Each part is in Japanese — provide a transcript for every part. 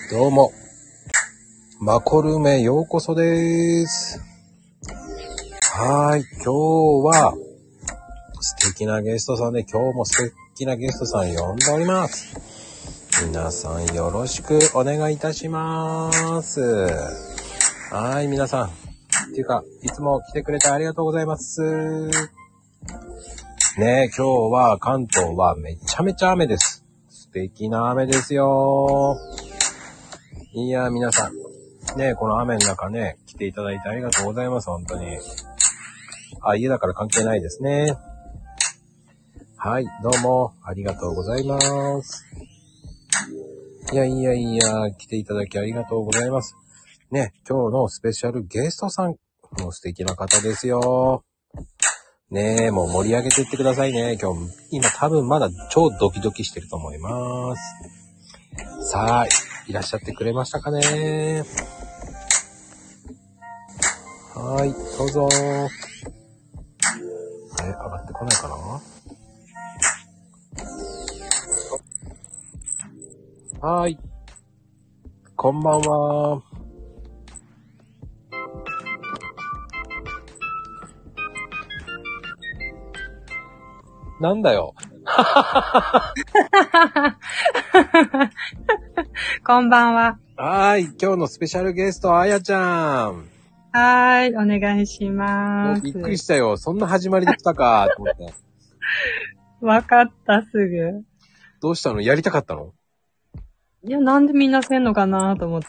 どうも、マコルームへようこそです。はーい、今日は素敵なゲストさんで、今日も素敵なゲストさん呼んでおります。皆さんよろしくお願いいたします。はい、皆さん。っていうか、いつも来てくれてありがとうございます。ねえ、今日は関東はめちゃめちゃ雨です。素敵な雨ですよ。いや、皆さん。ねえ、この雨の中ね、来ていただいてありがとうございます、本当に。家だから関係ないですね。はい、どうも、ありがとうございます。いや、来ていただきありがとうございます。ね、今日のスペシャルゲストさん、もう素敵な方ですよ。ねえ、もう盛り上げていってくださいね。今多分まだ超ドキドキしてると思います。さあ、いらっしゃってくれましたかね。はい、どうぞ。上がってこないかな。はい、こんばんは。なんだよ。 こんばんは。 はい、今日のスペシャルゲスト、あやちゃん。 はい、お願いします。 びっくりしたよ。そんな始まりで来たか、と思って。 わかった、すぐ。 どうしたの？やりたかったの？ いや、なんでみんなせんのかなと思って。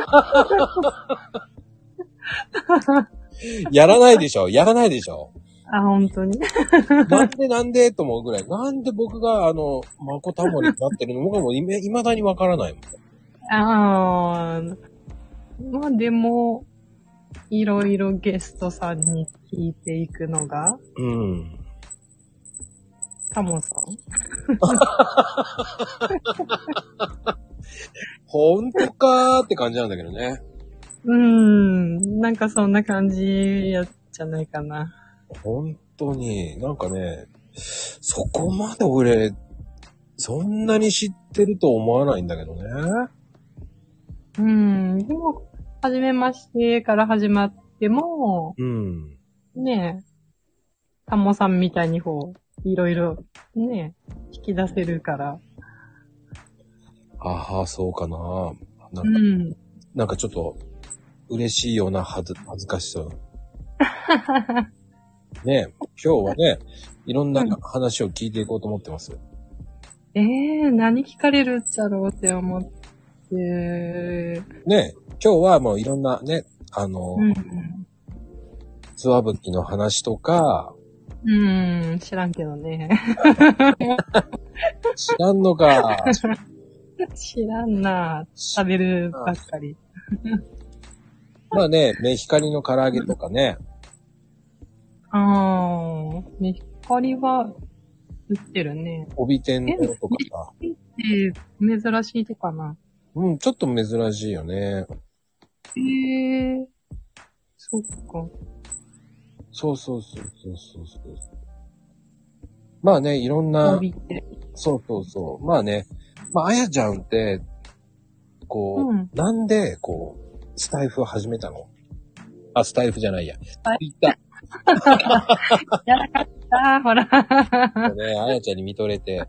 やらないでしょ？ あ、本当に。 なんでと思うぐらい。なんで僕がマコタモリになってるの？僕はもう未だにわからないもん。 まあでも、いろいろゲストさんに聞いていくのが、タモさんほんとかーって感じなんだけどね。 なんかそんな感じやじゃないかな。 本当に、なんかね、そこまで俺、そんなに知ってると思わないんだけどね。 でも、はじめましてから始まっても、ねえ、タモさんみたいにいろいろ、ねえ、引き出せるから。 ああ、そうかな。なんかちょっと、嬉しいような恥ずかしそう。ねえ、今日はね、いろんな話を聞いていこうと思ってます。 何聞かれるっちゃろうって思って。 ねえ、今日はもういろんなね、ツワブキの話とか、 知らんけどね。 知らんのか。 知らんな。食べるばっかり。 まあね、メヒカリの唐揚げとかね。 メヒカリは売ってるね。 帯天とかさ。 メヒカリって珍しいとかな。 ちょっと珍しいよね。 そっか。 そう。まあね、いろんな、そう。まあね、あやちゃんって、なんで、スタイフを始めたの？スタイフじゃないや。言った。 やらかった、ほら。 ね、あやちゃんに見とれて。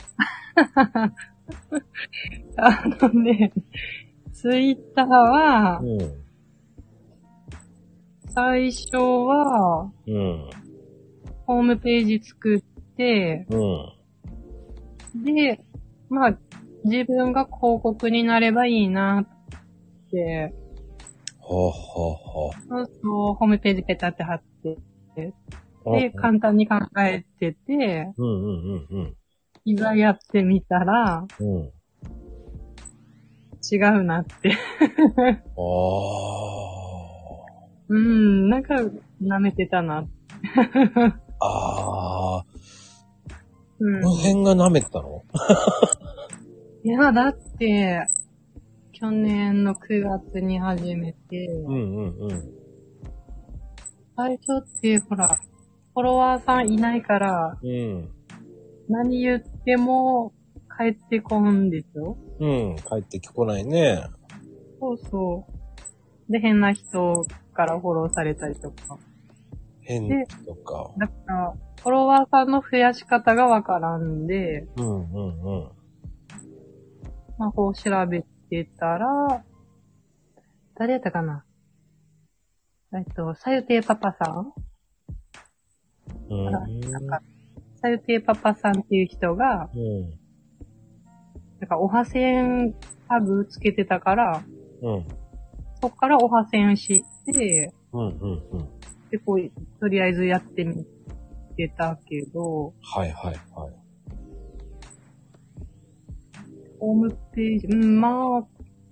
ツイッターは、最初は、ホームページ作って、で、まあ、自分が広告になればいいなって、そう、ホームページペタって貼って、で、簡単に考えてて、いざやってみたら、違うなって。なんか、舐めてたな。 この辺が舐めてたの？ いや、だって、去年の9月に始めて、最初ってほら、フォロワーさんいないから、何言っても帰ってこんでしょ？ うん、帰ってこないね。 そうそう。で、変な人からフォローされたりとか。 変な人か。 だから、フォロワーさんの増やし方がわからんで、 うんうんうん。 まあ、こう調べてたら、誰やったかな？さゆてぃパパさん？なんか、さゆてぃパパさんっていう人が、なんか、おはせんタグつけてたから、そっからおはせんして、で、こう、とりあえずやってみてたけど、 はいはいはい。 ホームページ、まあ、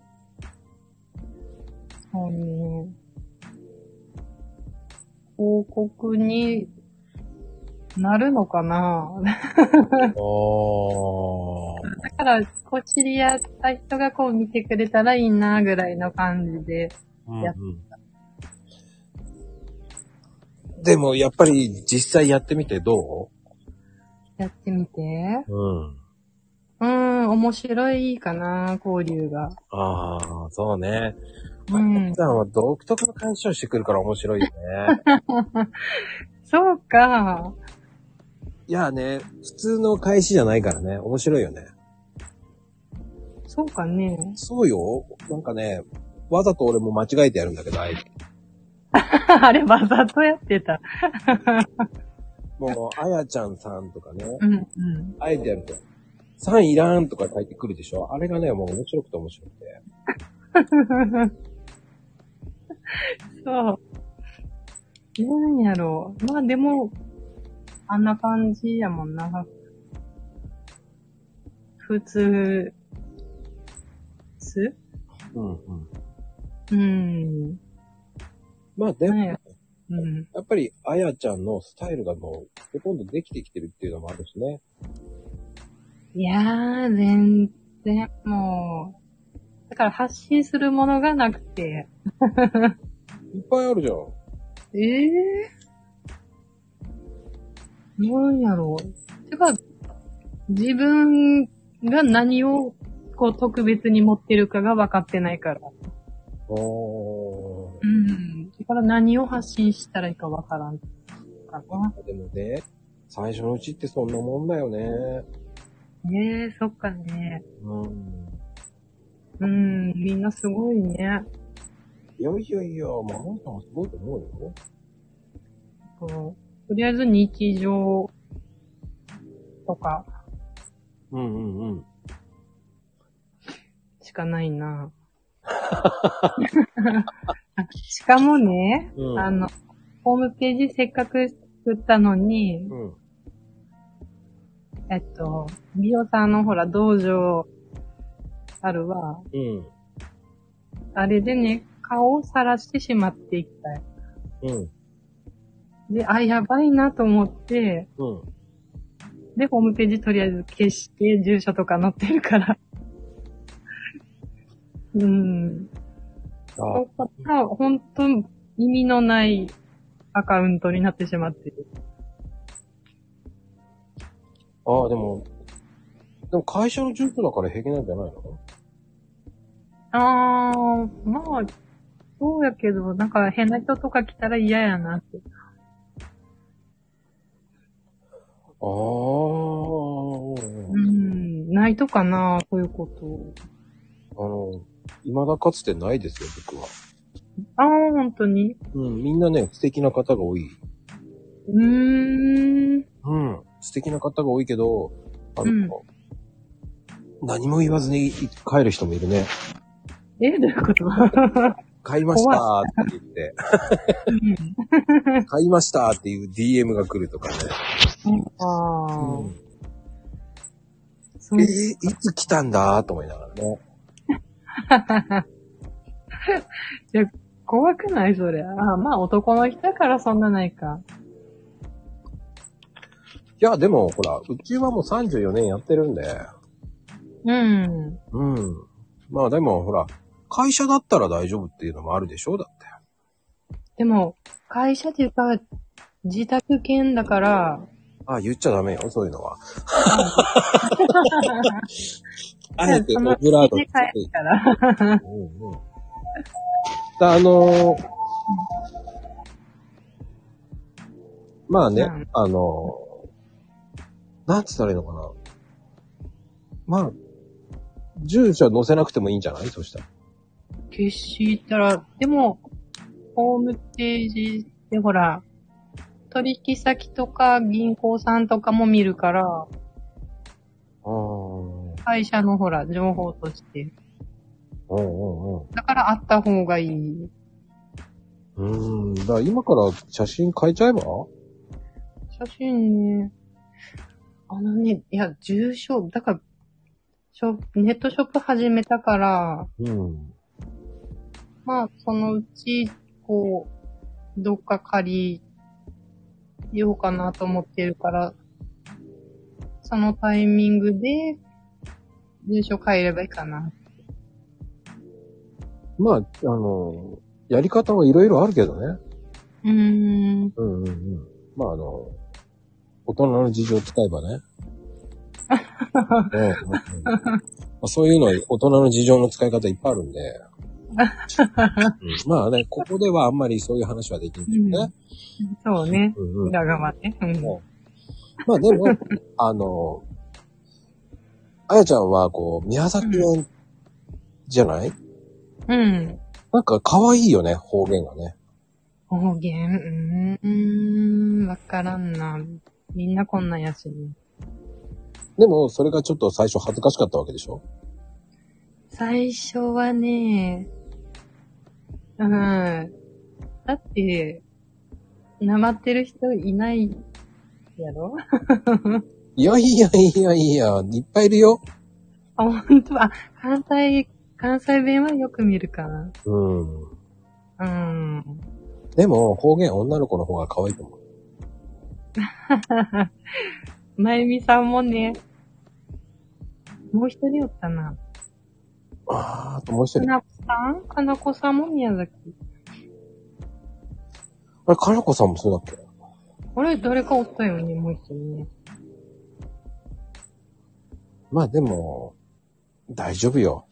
そうね、広告になるのかなだから、こう知り合った人がこう見てくれたらいいな、ぐらいの感じでやった。 でも、やっぱり実際やってみてどう？ やってみて。面白いかな、交流が。 ああ、そうね。さんは独特の返しをしてくるから面白いよね。 そうか。 いやね、普通の返しじゃないからね、面白いよね。 そうかね。 そうよ。なんかね、わざと俺も間違えてやるんだけど、あれわざとやってた。 もう、あやちゃんさんとかね、あえてやると、さんいらんとか書いてくるでしょ？あれがね、もう面白くて面白くて。 そう。なんやろう。まあでも、あんな感じやもんな。普通。 まあでも、やっぱりあやちゃんのスタイルがもうほとんどできてきてるっていうのもあるしね。 いやー、全然もう、だから発信するものがなくて。 いっぱいあるじゃん。 なんやろう。てか、自分が何をこう特別に持ってるかが分かってないから。だから何を発信したらいいか分からんかな。 でもね、最初のうちってそんなもんだよね。 そっかね。みんなすごいね。 いやいやいや、ママさんはすごいと思うよ。とりあえず日常とか。しかないな。しかもね、ホームページせっかく作ったのに、美容さんのほら、道場あるわ。あれでね、顔を晒してしまっていきたい。で、やばいなと思って、で、ホームページとりあえず消して、住所とか載ってるから。そうかったら、ほんと意味のないアカウントになってしまってる。 でも会社の住所だから平気なんじゃないの？ まあ、そうやけど、なんか変な人とか来たら嫌やなって。ないとかな、そういうこと。 未だかつてないですよ、僕は。 本当に？ みんなね、素敵な方が多い。素敵な方が多いけど、何も言わずに帰る人もいるね。 どういうこと買いましたーって言って。買いましたーっていう DM が来るとかね。いつ来たんだーと思いながらね。 いや、怖くないそれ。まあ男の人だからそんなないか。 いや、でもほら、うちはもう34年やってるんで。まあでもほら、会社だったら大丈夫っていうのもあるでしょ？だって。 でも、会社っていうか、自宅兼だから、 あ、言っちゃダメよ、そういうのは。あえてオブラートつけて。まあね、なんつったらいいのかな。まあ、住所載せなくてもいいんじゃない？そしたら。 消したら、でも、ホームページでほら、取引先とか銀行さんとかも見るから、会社のほら、情報として。だからあった方がいい。 だから今から写真変えちゃえば？ 写真ね。いや、住所、だから、ネットショップ始めたから、まあ、そのうち、こう、どっか借りようかなと思ってるから、そのタイミングで、住所変えればいいかな。 まあ、やり方はいろいろあるけどね。まあ、大人の事情を使えばね。そういうのは大人の事情の使い方いっぱいあるんで。まあね、ここではあんまりそういう話はできないんだよね。 そうね。裏側ね。 まあでも、あやちゃんはこう、宮崎弁じゃない？なんか可愛いよね、方言がね。 方言わからんな。みんなこんなんやしね。 でも、それがちょっと最初恥ずかしかったわけでしょ？ 最初はね、だって、なまってる人いないやろ？ いや、いっぱいいるよ。 あ、ほんと？あ、関西弁はよく見るかな。 でも、方言女の子の方が可愛いと思う。 まゆみさんもね、もう一人おったな。 あともう一人。 かなこさんも宮崎。 あれ、かなこさんもそうだっけ？ あれ、誰かおったよね、もう一人ね。 まあでも、大丈夫よ。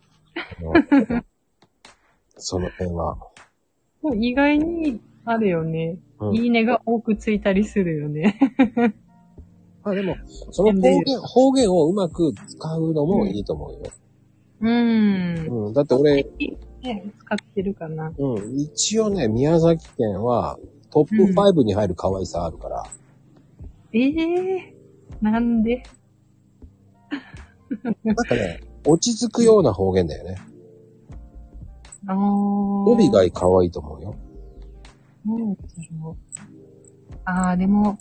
その辺は。 意外にあるよね。いいねが多くついたりするよね。 まあでも、その方言をうまく使うのもいいと思うよ。だって俺、 使ってるかな。 一応ね、宮崎県はトップ5に入る可愛さあるから。 なんで？ なんかね、落ち着くような方言だよね。帯が可愛いと思うよ。 でも、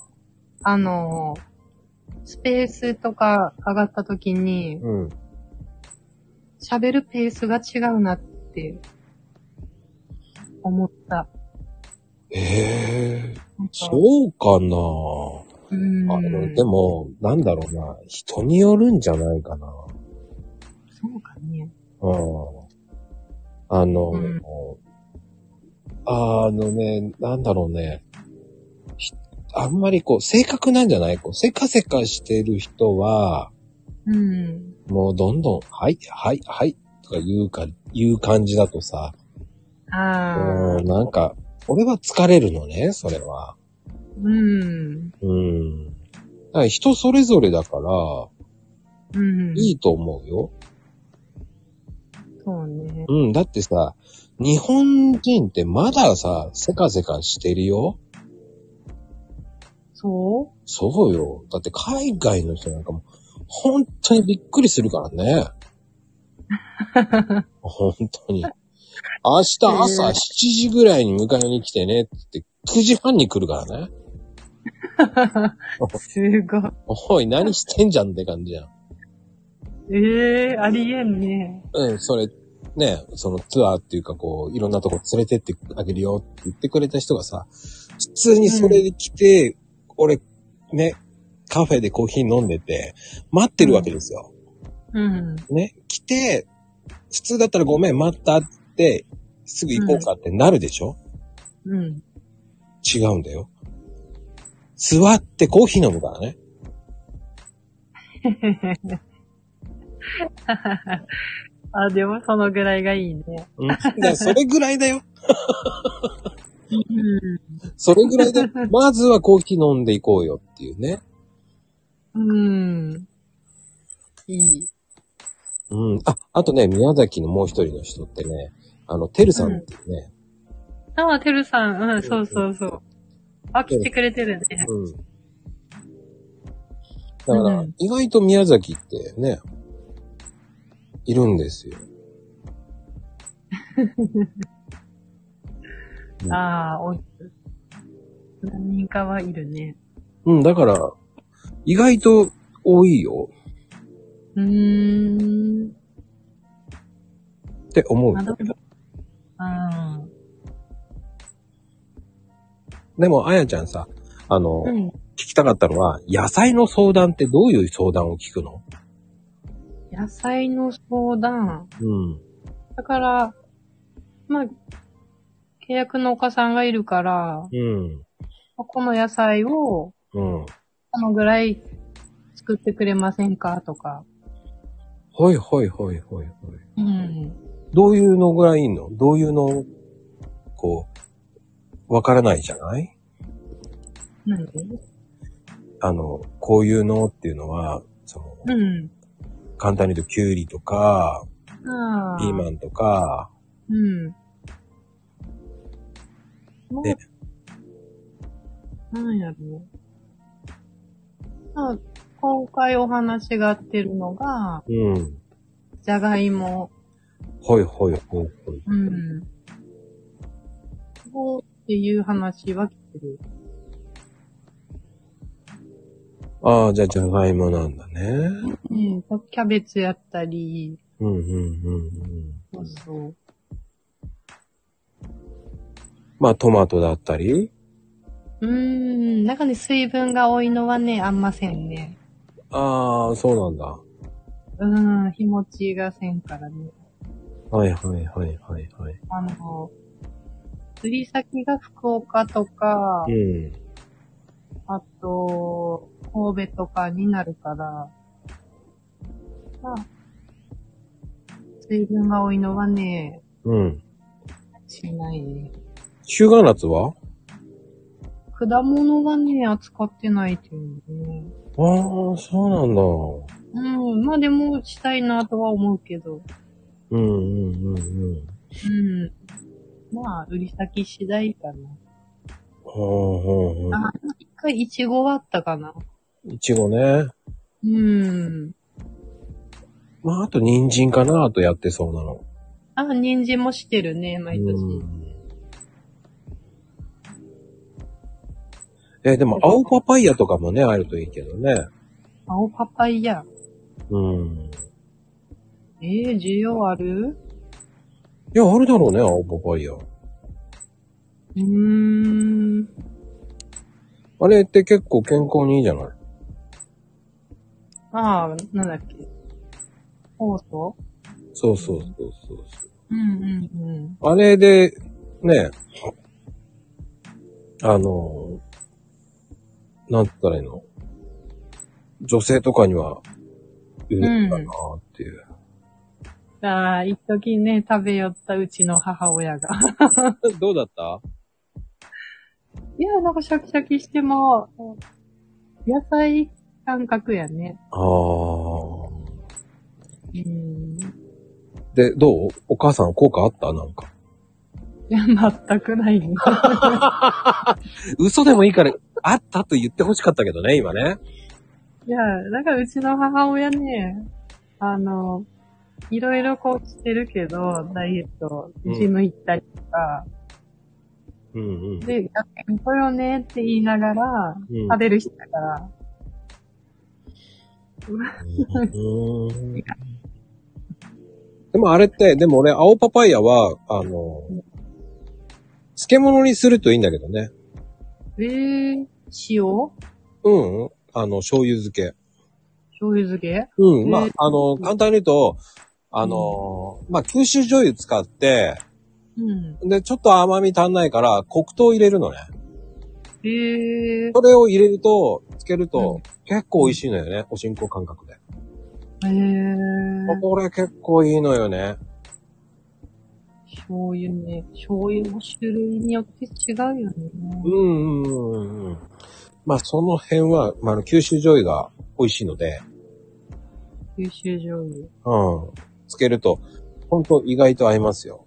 スペースとか上がった時に、喋るペースが違うなって思った。そうかな？でも、なんだろうな。人によるんじゃないかな。 そうかね。 なんだろうね。あんまりこう、性格なんじゃない？こう、せかせかしてる人は、もうどんどん、はい、とか言う感じだとさ、なんか、俺は疲れるのね、それは。だから人それぞれだから、いいと思うよ。 そうね。 だってさ、日本人ってまださ、せかせかしてるよ。そうよ。だって海外の人なんかも、本当にびっくりするからね。本当に。明日朝7時ぐらいに迎えに来てねって9時半に来るからね。 すごい。 おい、何してんじゃんって感じじゃん。 ありえんね。 それ、ね、そのツアーっていうかこう、いろんなとこ連れてってあげるよって言ってくれた人がさ、普通にそれで来て、俺、ね、カフェでコーヒー飲んでて、待ってるわけですよ。ね、来て、普通だったらごめん、待ったって、すぐ行こうかってなるでしょ？違うんだよ。 座ってコーヒー飲むからね。 あ、でもそのぐらいがいいね。 うん。だからそれぐらいだよ。 うん。 それぐらいで、まずはコーヒー飲んでいこうよっていうね。 いい。 うん。あとね、宮崎のもう一人の人ってね、てるさんっていうね。 あ、てるさん、そうそうそう。あ、来てくれてるね。 うん。だから、意外と宮崎ってね、いるんですよ。 ああ、何人かはいるね。 うん、だから、意外と多いよ。って思う。 なるほど。 でも、あやちゃんさ、聞きたかったのは、野菜の相談ってどういう相談を聞くの？ 野菜の相談。 うん。 だから、まあ、契約農家さんがいるから、 うん。 この野菜を、 うん。 このぐらい作ってくれませんかとか。 ほいほいほいほいほい。 うん。 どういうのぐらいいんの？どういうの、こう、わからないじゃない？ 何？ こういうのっていうのは、簡単に言うと、キュウリとか、ピーマンとか、 ね。なんやろう。今回お話があってるのが、じゃがいも。 ほいほいほいほい。 っていう話は来てる。 ああ、じゃあじゃがいもなんだね。 キャベツやったり。 そうそう。 まあ、トマトだったり。 中に水分が多いのはね、あんませんね。 ああ、そうなんだ。 日持ちがせんからね。 はいはいはいはいはい。 釣り先が福岡とか、あと、神戸とかになるから、まあ、水分が多いのはね、しないね。 日向夏は？ 果物はね、扱ってないっていうね。 ああ、そうなんだ。 まあでも、したいなとは思うけど。まあ、売り先次第かな。一回イチゴはあったかな。 イチゴね。まあ、あと人参かな、あとやってそうなの。 人参もしてるね、毎年。 でも、青パパイヤとかもね、あるといいけどね。 青パパイヤ。需要ある？ いや、あるだろうね、青パパイヤ。あれって結構健康にいいじゃない？ なんだっけ。酵素？ そうそうそうそう。あれで、ね、なんつったらいいの？女性とかには、いいかなっていう。 一時ね、食べよったうちの母親が。 どうだった？ いや、なんかシャキシャキしても、野菜感覚やね。 で、どう？お母さん効果あった？なんか。 いや、全くないね。 嘘でもいいから、あったと言ってほしかったけどね、今ね。 いや、だからうちの母親ね、いろいろこうしてるけど、ダイエット、ジム行ったりとか、で、やってみようねって言いながら、食べる人だから。 でもあれって、でも俺、青パパイヤは、漬物にするといいんだけどね。 塩？ 醤油漬け。 醤油漬け？ まあ、簡単に言うと、まあ、九州醤油使って、で、ちょっと甘み足んないから、黒糖入れるのね。 へえ。 それを入れると、つけると、結構美味しいのよね。おしんこ感覚で。 へえ。 これ結構いいのよね。 醤油ね。醤油の種類によって違うよね。 まあ、その辺は、まあ、九州醤油が美味しいので。 九州醤油。 つけると、ほんと意外と合いますよ。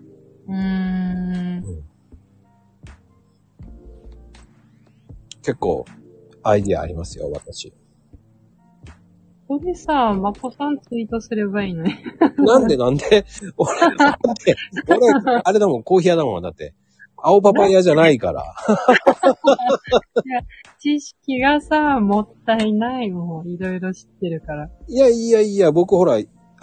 結構、アイディアありますよ、私。 これさ、マコさんツイートすればいいのに。 なんで俺、あれだもん、コーヒー屋だもん、だって。青パパイヤじゃないから。 いや、知識がさ、もったいないもん。いろいろ知ってるから。 いや、僕ほら、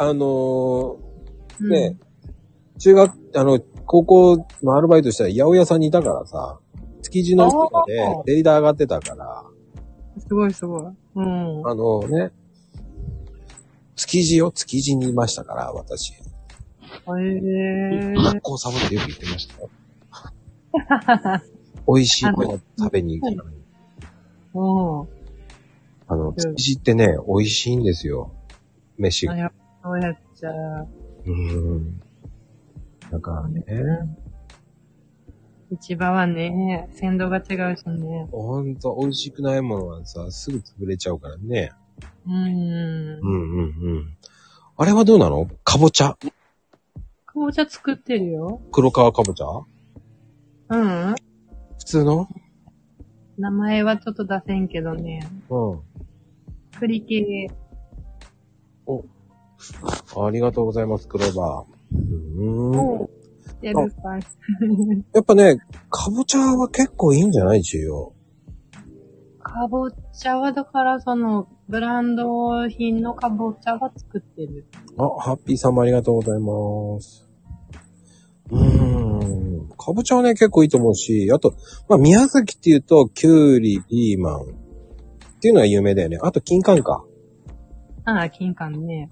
ね、中学、高校のアルバイトしたら八百屋さんにいたからさ、築地の人でデリダー上がってたから。 すごいすごい。 築地にいましたから、私。学校サボってよく言ってましたよ。美味しいもの食べに行くために。築地ってね、美味しいんですよ。飯が。 そうやっちゃう。 だからね。 市場はね、鮮度が違うしね。 ほんと、美味しくないものはさ、すぐ潰れちゃうからね。あれはどうなの？かぼちゃ。 かぼちゃ作ってるよ。 黒皮かぼちゃ？普通の？ 名前はちょっと出せんけどね。栗系。 ありがとうございます、クローバー。 やっぱね、かぼちゃは結構いいんじゃない？需要。 かぼちゃはだからブランド品のかぼちゃが作ってる。 ハッピーさんもありがとうございます。かぼちゃはね、結構いいと思うし、あと、まあ、宮崎っていうと、きゅうり、ピーマンっていうのが有名だよね。あと、金柑か。 金柑ね。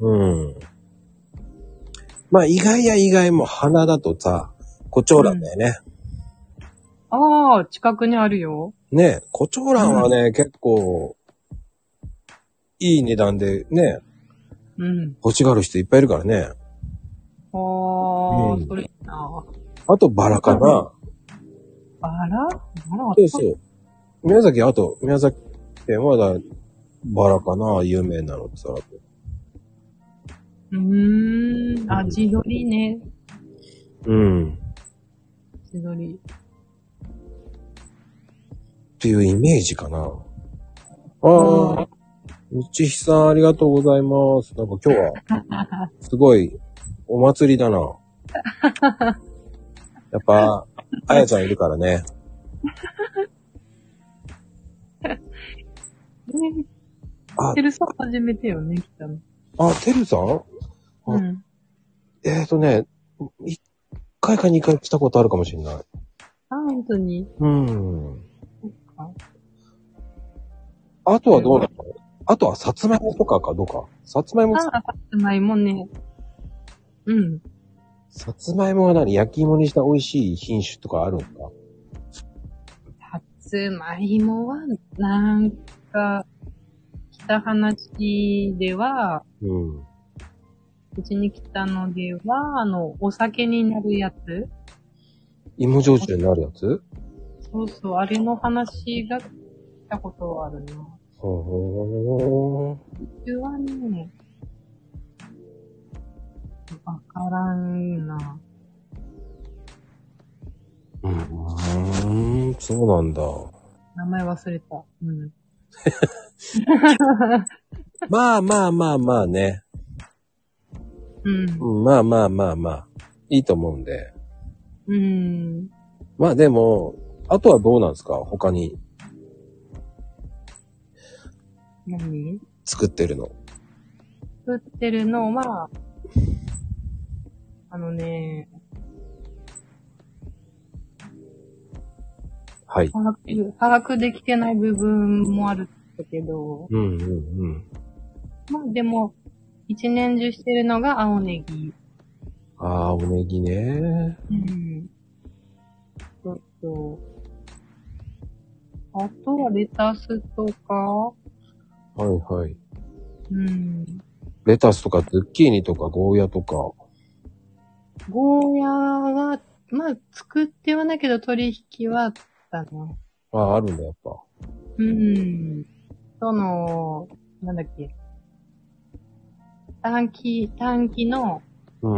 まあ、意外も花だとさ、胡蝶蘭だよね。 近くにあるよ。 ね、胡蝶蘭はね、結構、いい値段でね、欲しがる人いっぱいいるからね。 それいいな。 あと、バラかな。 バラそう。宮崎県はバラかな、有名なのってさ。 地鶏ね。地鶏。 っていうイメージかな。みちひさんありがとうございます。なんか今日は、すごい、お祭りだな。やっぱ、あやちゃんいるからね。 てるさん初めてよね、来たの。 てるさん？1回か2回来たことあるかもしれない。 本当に？ あとはどうなの？あとはさつまいもとかかどうか。さつまいも。 さつまいもね。 さつまいもは何？焼き芋にした美味しい品種とかあるんですか？ さつまいもは、なんか、来た話では、うちに来たのでは、お酒になるやつ？ 芋焼酎になるやつ？ そうそう、あれの話が来たことはあるな。うちはね、わからんな。 そうなんだ。 名前忘れた。 まあね。まあ。いいと思うんで。まあでも、あとはどうなんですか？他に。 何？ 作ってるの。 作ってるのは、 はい。 把握できてない部分もあるんだけど。まあでも、一年中してるのが青ネギ。 青ネギね。 あとはレタスとか、 はいはい。 うん。 レタスとかズッキーニとかゴーヤとか。 ゴーヤは、まあ、作ってはないけど取引はあったな。 あ、あるんだ、やっぱ。 うん。なんだっけ。短期のうん。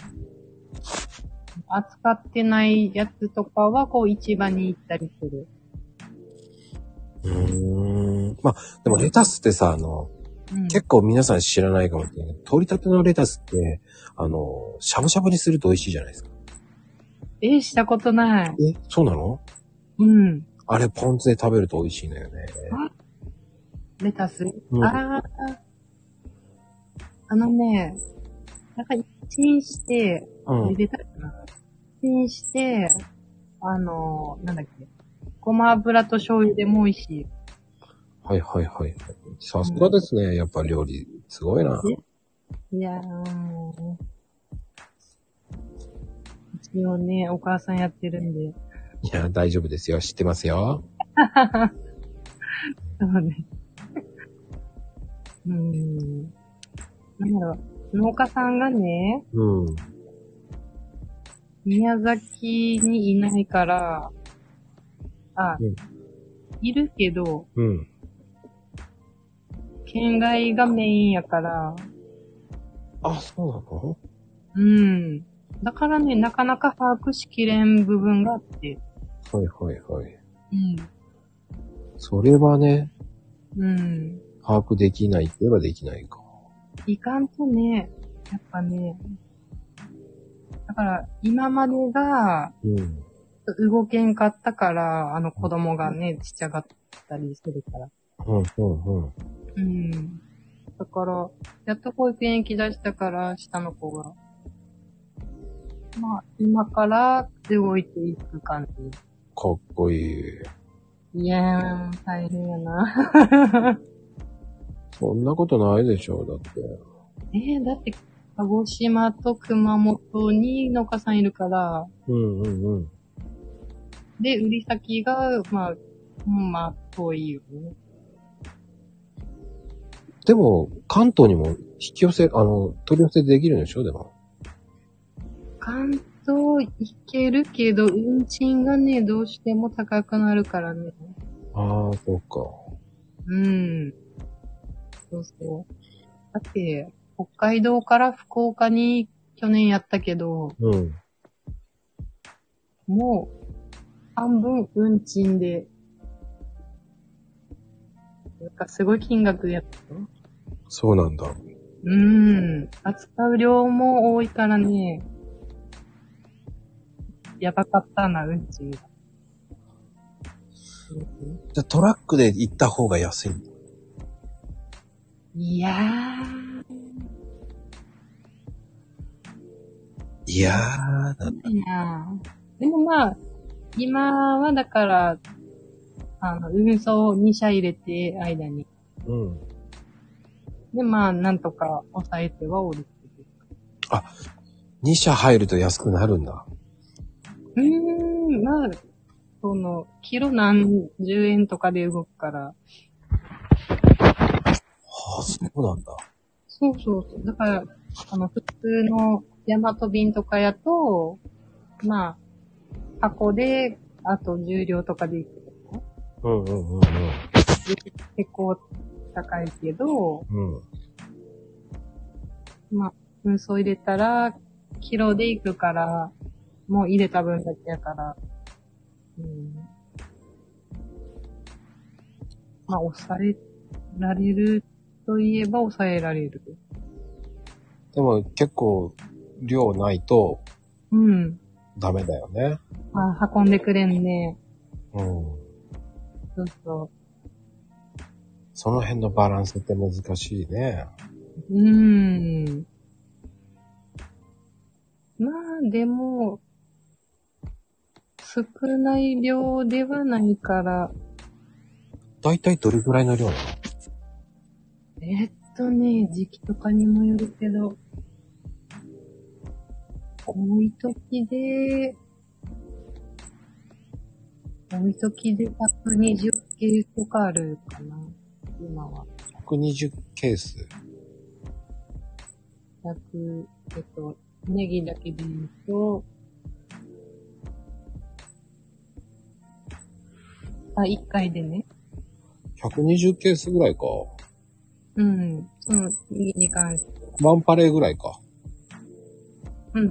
扱ってないやつとかは、こう、市場に行ったりする。 まあ、でもレタスってさ、 うん、 結構皆さん知らないかもしれないけど、取り立てのレタスって、しゃぶしゃぶにすると美味しいじゃないですか。 したことない。 そうなの？ うん。 あれ、ポン酢で食べると美味しいんだよね。 レタス、 うん。 なんかチンして、茹でたかな。チンして、なんだっけ。ごま油と醤油でも美味しい。 はいはいはい。さすがですね。やっぱ料理、すごいな。 いや一応ね、お母さんやってるんで。 いや、大丈夫ですよ。知ってますよ。 そうね。なんだろう。農家さんがね、宮崎にいないから、いるけど、県外がメインやから。 あ、そうなの？ だからね、なかなか把握しきれん部分があって。 はいはいはい。それはね、把握できないって言えばできないか。 いかんとね、やっぱね、だから今までが、動けんかったから、子供がね、ちっちゃかったりするから。だから、やっと保育園行き出したから、下の子が。まあ、今から動いていく感じ。 かっこいい。 いやー、大変やな。 そんなことないでしょ、だって。 だって、鹿児島と熊本に農家さんいるから。で、売り先が、まあ、遠いよね。 でも、関東にも引き寄せ、取り寄せできるんでしょ、でも。 関東行けるけど、運賃がね、どうしても高くなるからね。 ああ、そうか。 そうそう。だって、北海道から福岡に去年やったけど、もう、半分運賃で、なんかすごい金額やったよ。 そうなんだ。 扱う量も多いからね、やばかったな、運賃が。 じゃあトラックで行った方が安いんだ。 いやーだった。 でもまあ、今はだから、運送を2社入れて、間に。で、まあ、なんとか抑えてはおる。 あ、2社入ると安くなるんだ。 まあ、キロ何十円とかで動くから。はあ、そうなんだ。 そうそうそう。だから、普通のヤマト便とかやと、まあ、箱で、あと重量とかでいくとか。結構高いけど、まあ、運送入れたら、キロで行くから、もう入れた分だけやから、まあ、抑えられるといえば抑えられる。 でも結構量ないと、ダメだよね。 運んでくれんね。そうそう。 その辺のバランスって難しいね。 まあ、でも、少ない量ではないから。 だいたいどれぐらいの量なの？ 時期とかにもよるけど、多い時で、 おみそきで120ケースとかあるかな、今は。 120ケース。 ネギだけで言うと、1回でね。 120ケースぐらいか。 うん。その、ネギに関して。 ワンパレーぐらいか。 うん。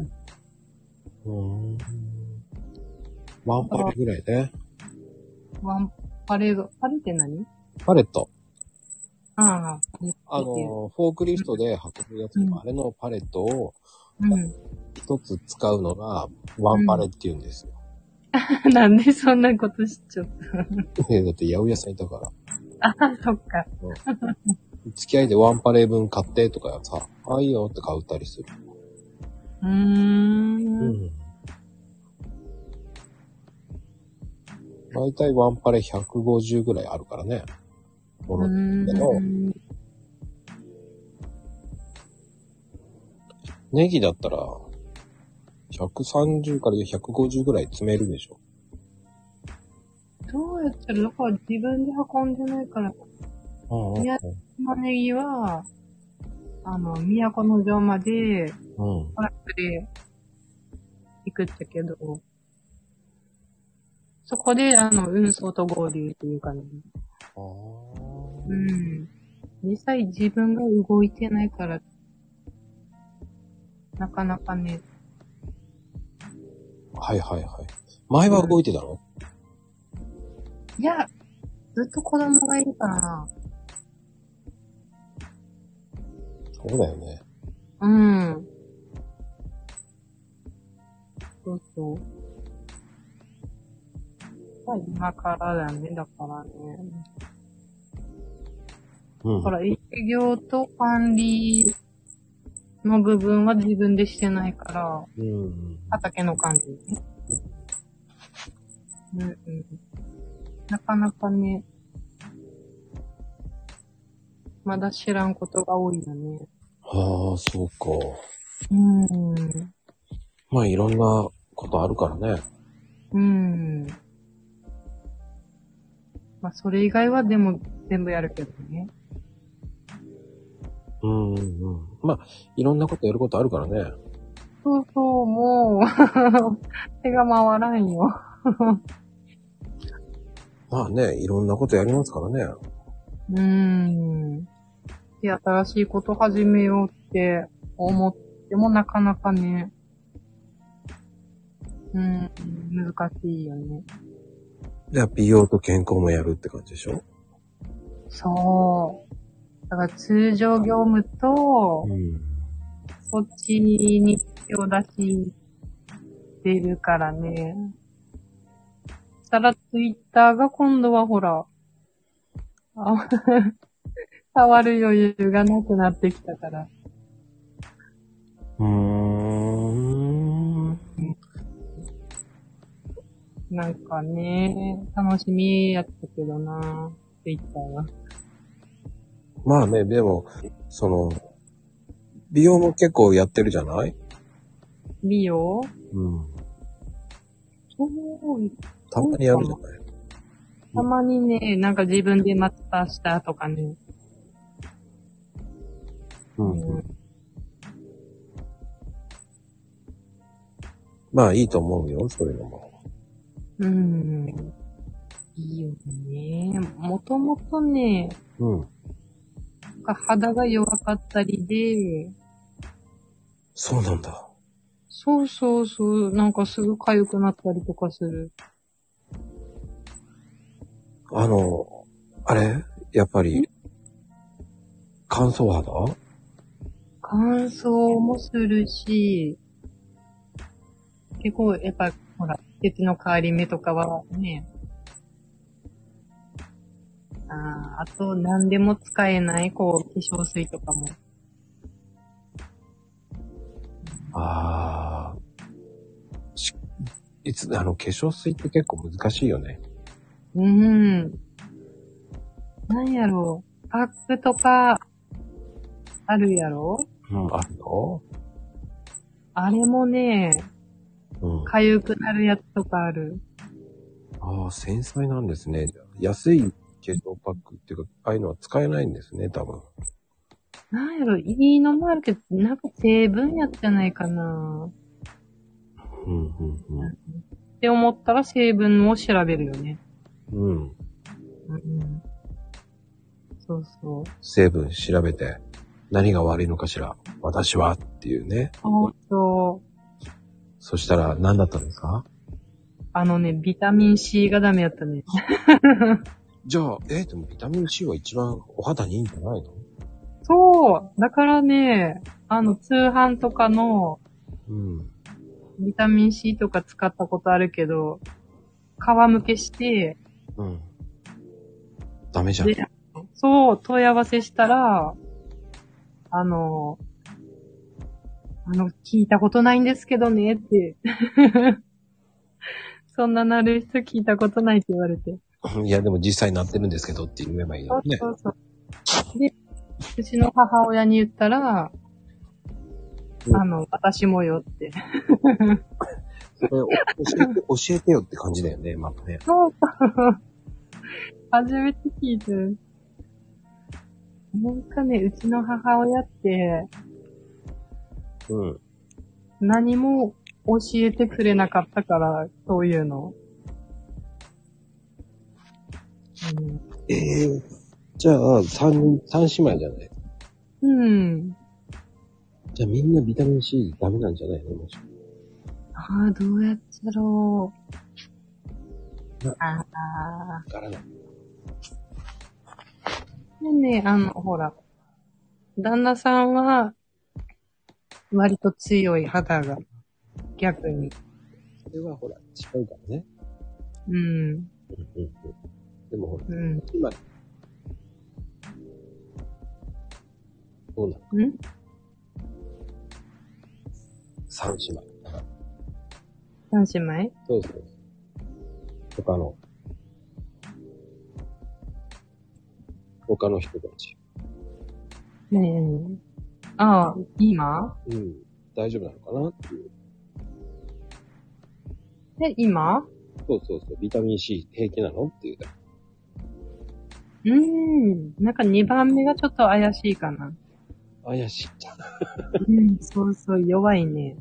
ワンパレーぐらいね。 ワンパレード。パレって何？ パレット。 ああ、 フォークリフトで運ぶやつの、あれのパレットを、一つ使うのが、ワンパレって言うんですよ。 なんでそんなことしちゃった？ だって八百屋さんいたから。 あ、そっか。 付き合いでワンパレー分買ってとかさ、いいよって買うたりする。だいたいワンパレ150ぐらいあるからね。ネギだったら、130から150ぐらい詰めるでしょ。 どうやったら、だから自分で運んでないから。宮島ネギは、都の城まで、トラックで行くんだけど、そこで、運送と合流っていうかね。実際自分が動いてないから、なかなかね。 はいはいはい。前は動いてたの？ いや、ずっと子供がいるからな。 そうだよね。 そうそう。今からだね、だからね。だから営業と管理の部分は自分でしてないから、畑の管理ね。なかなかね、まだ知らんことが多いよね。 はあ、そうか。まあいろんなことあるからね。 まあそれ以外はでも全部やるけどね。 まあいろんなことやることあるからね。 そうそう、もう手が回らんよ。 まあね、いろんなことやりますからね。 で、新しいこと始めようって思ってもなかなかね、難しいよね。 じゃあ美容と健康もやるって感じでしょ？ そう。だから通常業務と、そっちに手を出してるからね。そしたらツイッターが今度はほら、触る余裕がなくなってきたから。なんかね、楽しみやったけどな、ツイッターは。 まあね、でも、美容も結構やってるじゃない？ 美容？ たまにやるじゃない？ たまにね、なんか自分でマスターしたとかね。 まあいいと思うよ、それでも。 いいよね。もともとね、肌が弱かったりで、 そうなんだ。 そうそうそう、なんかすぐ痒くなったりとかする。 あれ？やっぱり、乾燥肌？ 乾燥もするし、結構やっぱほら、季節の変わり目とかはね、あと何でも使えない、化粧水とかも。 化粧水って結構難しいよね。 なんやろう。パックとか、あるやろ？ あるよ。 あれもね、痒くなるやつとかある。 ああ、繊細なんですね。安い化粧パックっていうか、ああいうのは使えないんですね、多分。 なんやろ、いいのもあるけど、なんか成分やじゃないかな。って思ったら成分を調べるよね。 うん。 うん。そうそう。 成分調べて、何が悪いのかしら、私はっていうね。 そう。 そしたら何だったんですか？ ビタミン C がダメやったね。 じゃあ、でもビタミン C は一番お肌にいいんじゃないの？ そう。だからね、通販とかの、 うん。 ビタミン C とか使ったことあるけど、皮むけして、 うん。ダメじゃん。 で、そう、問い合わせしたら、聞いたことないんですけどねって。そんななる人聞いたことないって言われて。 いや、でも実際なってるんですけどって言えばいいのね。 そうそう。で、うちの母親に言ったら、私もよって。 それ教えてよって感じだよね、またね。 そう初めて聞いてる。なんかね、うちの母親って、 うん。 何も教えてくれなかったから、そういうの。 じゃあ、三姉妹じゃない？ うん。 じゃあみんなビタミン C ダメなんじゃないの？もしああ、どうやっちゃろう。ああ。 わからない。 でね、ほら、旦那さんは、割と強い肌が、逆に。 それはほら、違うからね。 うん。 でもほら、 うん。 今、どうなの？ ん三姉妹。 三姉妹そうそう。他の人たち。 ねえ。ああ、今うん。大丈夫なのかなっていう。 今そうそうそう。ビタミン C 平気なのっていう。 なんか2番目がちょっと怪しいかな。 怪しいじゃん。 そうそう、弱いね。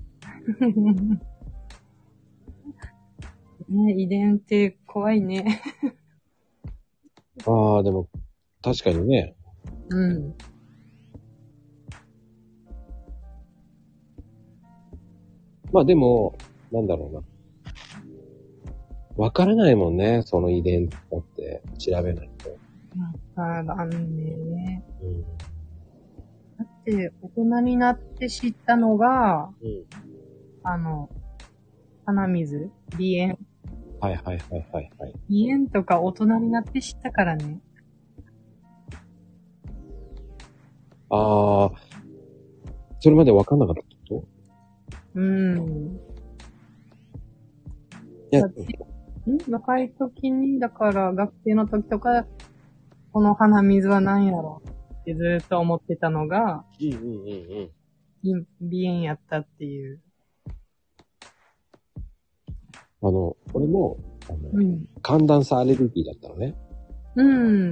ね、遺伝って怖いね。 ああ、でも、確かにね。 うん。 まあでも、なんだろうな。わからないもんね。その遺伝だって調べないと。 あだね。 うん。 だって、大人になって知ったのが、 うん。 鼻水、鼻炎。 はいはいはいはいはい。 鼻炎とか大人になって知ったからね。 ああ、それまでわかんなかったってこいや、 若い時に、だから学生の時とか、この鼻水は何やろってずーっと思ってたのが、鼻炎やったっていう。 俺も、 うん。 寒暖差アレルギーだったのね。 うん。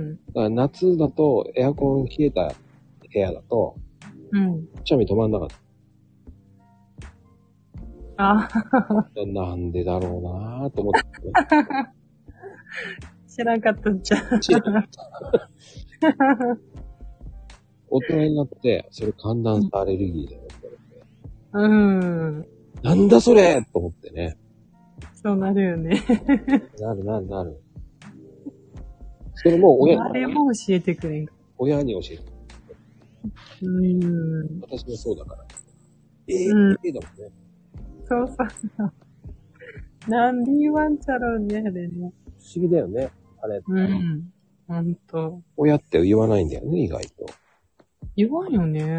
だから夏だと、エアコン冷えた部屋だと、 うん。 くしゃみ止まんなかっあ、 た。なんでだろうなぁと思ってね。 知らんかったんじゃん。 大人になって、それ寒暖差アレルギーだよって言われて。 うん。 なんだそれと思ってね。 そうなるよね。 なる。それも誰も教えてくれん。 親に教えて。私もそうだから。だもんね。 そうそう。なんで言わんちゃろうね、あれね。 不思議だよね、あれ。 ほんと。 親って言わないんだよね、意外と。 言わんよね。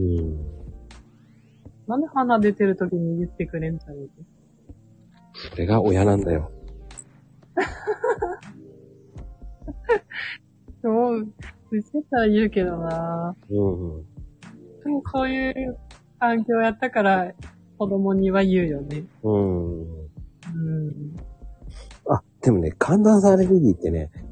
なんで鼻出てる時に言ってくれんちゃろうね。 それが親なんだよ。 そう、うせたら言うけどな。でもそういう環境やったから子供には言うよね。 あ、 でもね、寒暖差アレルギーってね、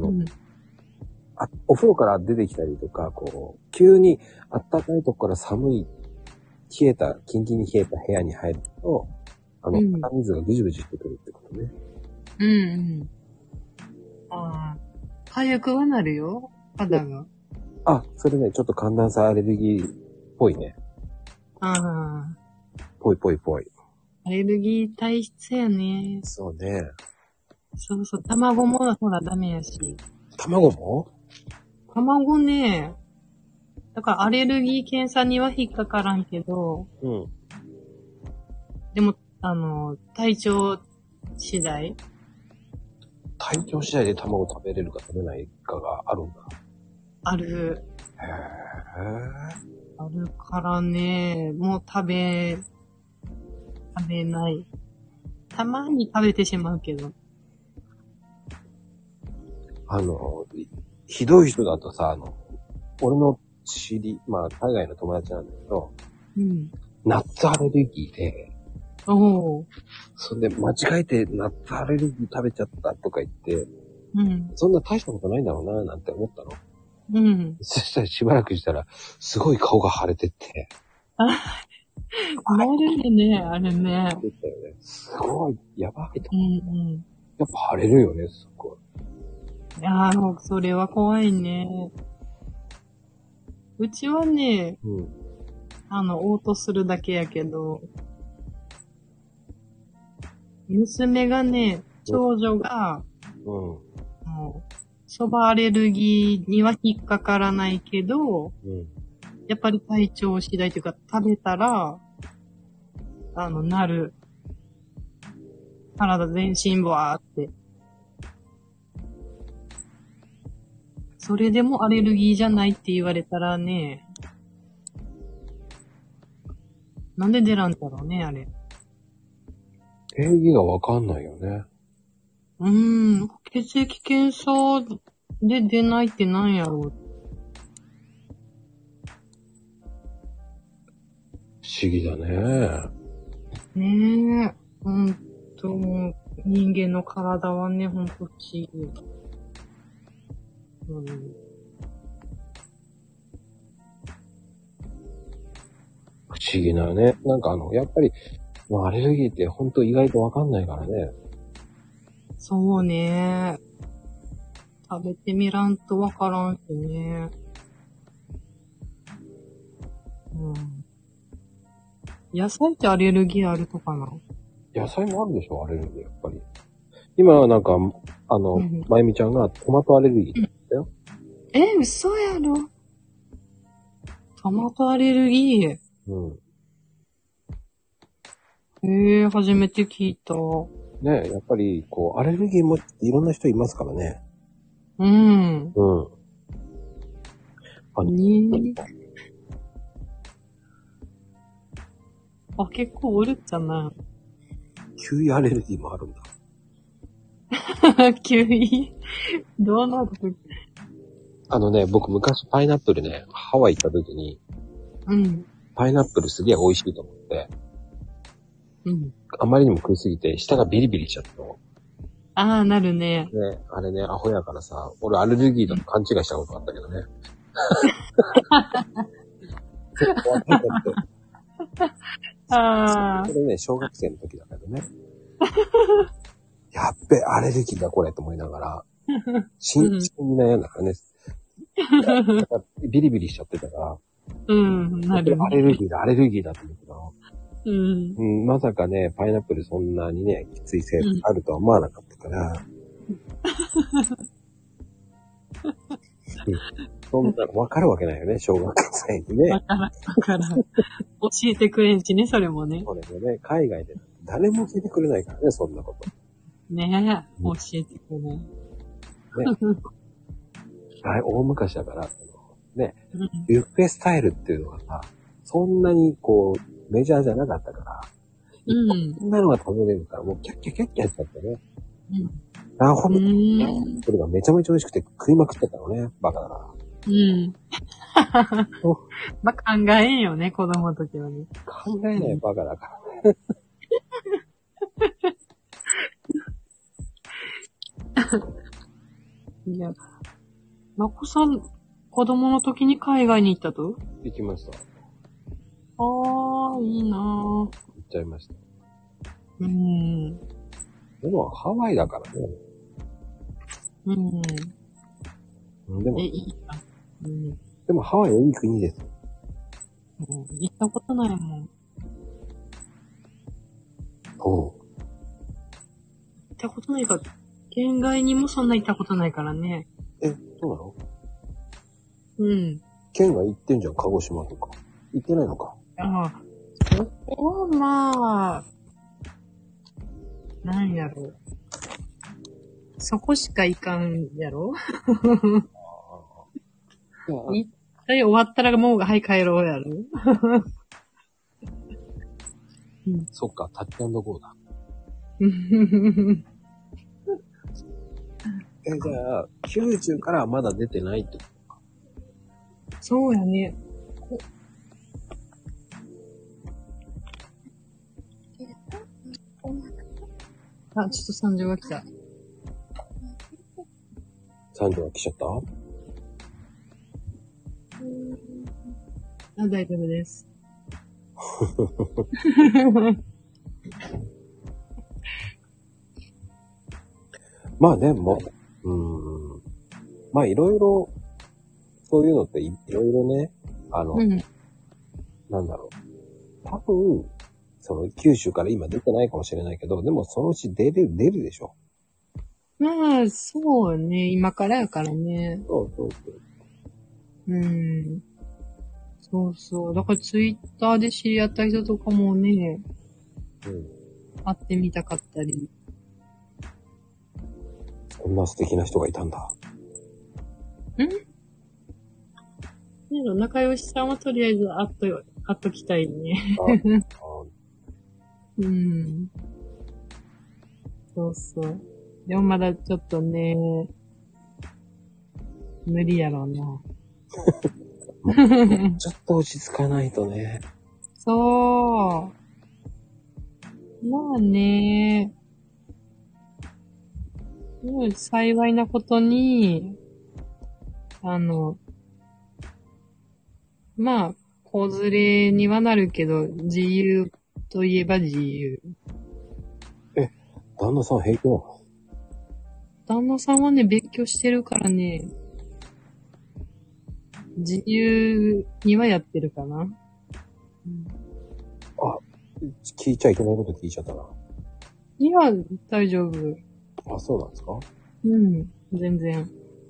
お風呂から出てきたりとか、こう、急に暖かいとこから寒い、キンキンに冷えた部屋に入ると、鼻水がぐじゅぐじゅしてくるってことね。 うんうん。ああ、痒くはなるよ、肌が。 あ、それね、ちょっと寒暖差アレルギーっぽいね。 ああ。 ぽい。 アレルギー体質やね。 そうね。 そうそう、卵もほらダメやし。 卵も？ 卵ね、だからアレルギー検査には引っかからんけど、 うん。 でも、体調次第体調次第で卵食べれるか食べないかがあるんだ。 ある。 へぇあるからね、もう食べない。たまに食べてしまうけど。 ひどい人だとさ、俺の海外の友達なんだけど、 うん。 ナッツアレルギーで、 おー。 そんで間違えてナッツアレルギー食べちゃったとか言って、 うん。 そんな大したことないんだろうな、なんて思ったの。 うん。 そしたらしばらくしたら、すごい顔が腫れてって。 あ、なるよね、あれね。 出たよね。すごい、やばいと。 うんうん。 やっぱ腫れるよね、すごい。 いやー、それは怖いね。うちはね、 うん。 嘔吐するだけやけど、娘がね、長女が、蕎麦アレルギーには引っかからないけど、やっぱり体調次第というか、食べたら、なる。体全身バーって。それでもアレルギーじゃないって言われたらね、なんで出らんだろうね、あれ。 定義がわかんないよね。 血液検査で出ないってなんやろう。 不思議だね。 ねえ。もう人間の体はね、ほんと不思議。 不思議なね。なんかやっぱり、アレルギーってほんと意外とわかんないからね。 そうね。食べてみらんとわからんしね。野菜ってアレルギーあるとかな？ 野菜もあるでしょ、アレルギー、やっぱり。今はなんか、まゆみちゃんがトマトアレルギーだったよ。 嘘やろ？トマトアレルギー。初めて聞いた。 ねえ、やっぱり、アレルギーもいろんな人いますからね。 結構おるっちゃな。 キウイアレルギーもあるんだ。 キウイどうなる？ 僕昔パイナップルね、ハワイ行った時に、パイナップルすげえ美味しいと思って、あまりにも食いすぎて、舌がビリビリしちゃったの。 なるね。 ね、あれね、アホやからさ、俺アレルギーだと勘違いしたことあったけどね。結構若い子って。それね、小学生の時だけどね。やっべ、アレルギーだこれと思いながら、真剣に悩んだからね。ビリビリしちゃってたから、 なるね。 アレルギーだって言うけど、まさかね、パイナップルそんなにね、きつい成分あるとは思わなかったから、そんなの分かるわけないよね、小学生にね。 わからん。教えてくれんしね、それもね。 それもね、海外で誰も教えてくれないからね、そんなこと。 ねえ、教えてくれない。ね。 大昔だから、ね、ビュッフェスタイルっていうのがさ、そんなにメジャーじゃなかったから、こんなのが食べれるから、もうキャッキャキャッキャやっちゃってね。ほんとに、それがめちゃめちゃ美味しくて食いまくってたのね、バカだから。 まあ、考えんよね、子供の時はね。 考えないバカだから。 いや、まこさん、子供の時に海外に行ったと？ 行きました。 ああ、いいなぁ。 行っちゃいました。 でもハワイだからね。でも、 いいか。 でもハワイはいい国です。 行ったことないもん。 おう。 行ったことないか。県外にもそんな行ったことないからね。 そうなの？ うん。 県外行ってんじゃん、鹿児島とか。行ってないのか。 ああ、そこはまあ、なんやろ。そこしか行かんやろ。一回終わったらもう、はい、帰ろうやろ。 そっか、タッチ&ゴーだ。じゃあ、90からはまだ出てないってことか。 そうやね。あ、ちょっと三条が来た。 三条が来ちゃった？ あ、大丈夫です。 まあでも、まあいろいろ、そういうのっていろいろね、なんだろう。多分、その九州から今出てないかもしれないけど、でもそのうち出るでしょ。 まあ、そうね。今からやからね。 そう。 そうそう。だからツイッターで知り合った人とかもね、会ってみたかったり。 そんな素敵な人がいたんだ。 仲良しさんはとりあえず会っときたいね。そうそう。でもまだちょっとね、無理やろうな。 ちょっと落ち着かないとね。 そう。まあね、幸いなことに、まあ、子連れにはなるけど、自由といえば自由。 旦那さん平気なの？ 旦那さんはね、別居してるからね、自由にはやってるかな。 聞いちゃいけないこと聞いちゃったな。 いや、大丈夫。 あ、そうなんですか？ 全然。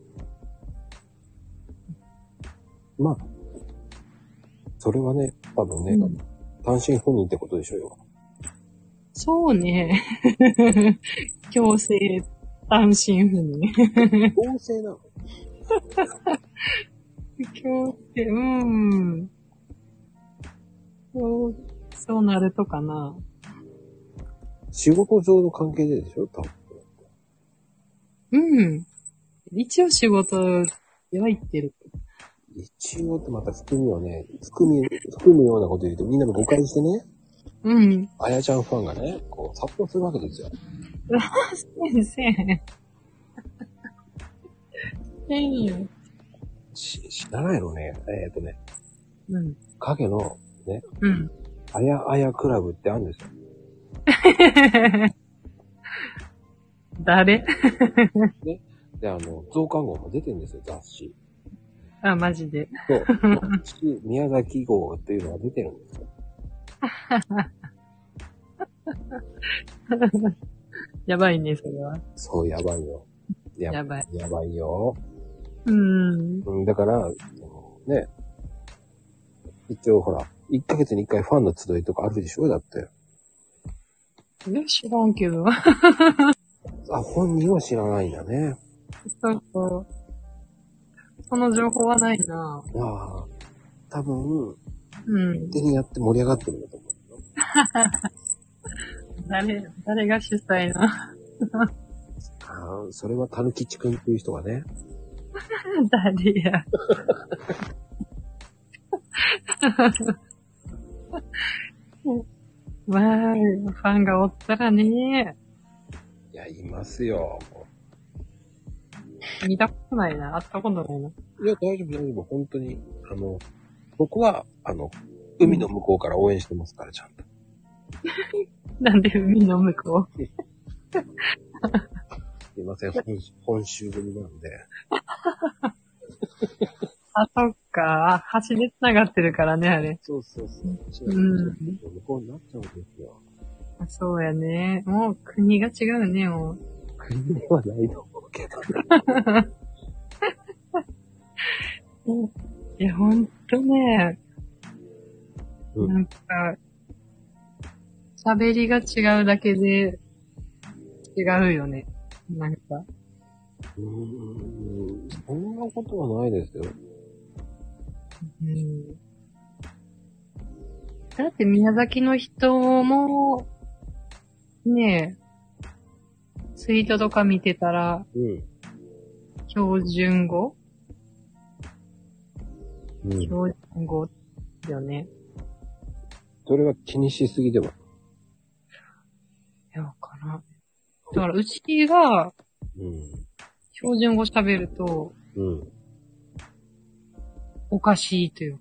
まあ、それはね、多分ね、単身赴任ってことでしょうよ。 そうね。強制単身赴任。 強制なの？ 強制、そうなるとかな。 仕事上の関係ででしょ？多分。 一応仕事では言ってる。 一応ってまた含みをね、含むようなこと言うとみんなも誤解してね。あやちゃんファンがね、こう、殺到するわけですよ。 先生。 知らないのね。影の、ね。あやクラブってあるんですよ。 誰？ ね。で、増刊号も出てるんですよ、雑誌。 あ、マジで。 そう。宮崎号っていうのが出てるんですよ。 やばいね、それは。 そう、やばいよ。 やばい。 やばいよ。だから、ね。一応ほら、1ヶ月に1回ファンの集いとかあるでしょ？だって。 知らんけど。 本人は知らないんだね。 そうそう。その情報はないな。 多分、手にやって盛り上がってるんだと思うよ。 誰が主催な。 それはたぬきちくんっていう人がね。 誰や。まあ、ファンがおったらね。 いや、いますよ。 見たことないな。会ったことないな。 いや、大丈夫、大丈夫。本当に、僕は、海の向こうから応援してますから、ちゃんと。 なんで海の向こう。 すいません、本州組なんで。 あ、そっか。橋で繋がってるからね、あれ。 そうそうそう。 うん。 向こうになっちゃうんですよ。 そうやね。もう国が違うね、もう。 国ではないと思うけど。 いや、ほんとね、 うん、 なんか、喋りが違うだけで違うよね。なんか。 そんなことはないですよ。 うん。だって宮崎の人も、ねえ、ツイートとか見てたら、 うん。 標準語、 うん。 標準語よね。 それは気にしすぎでは。 いや、わからん。だから、うちが、 うん。 標準語喋ると、 うん。 おかしいという。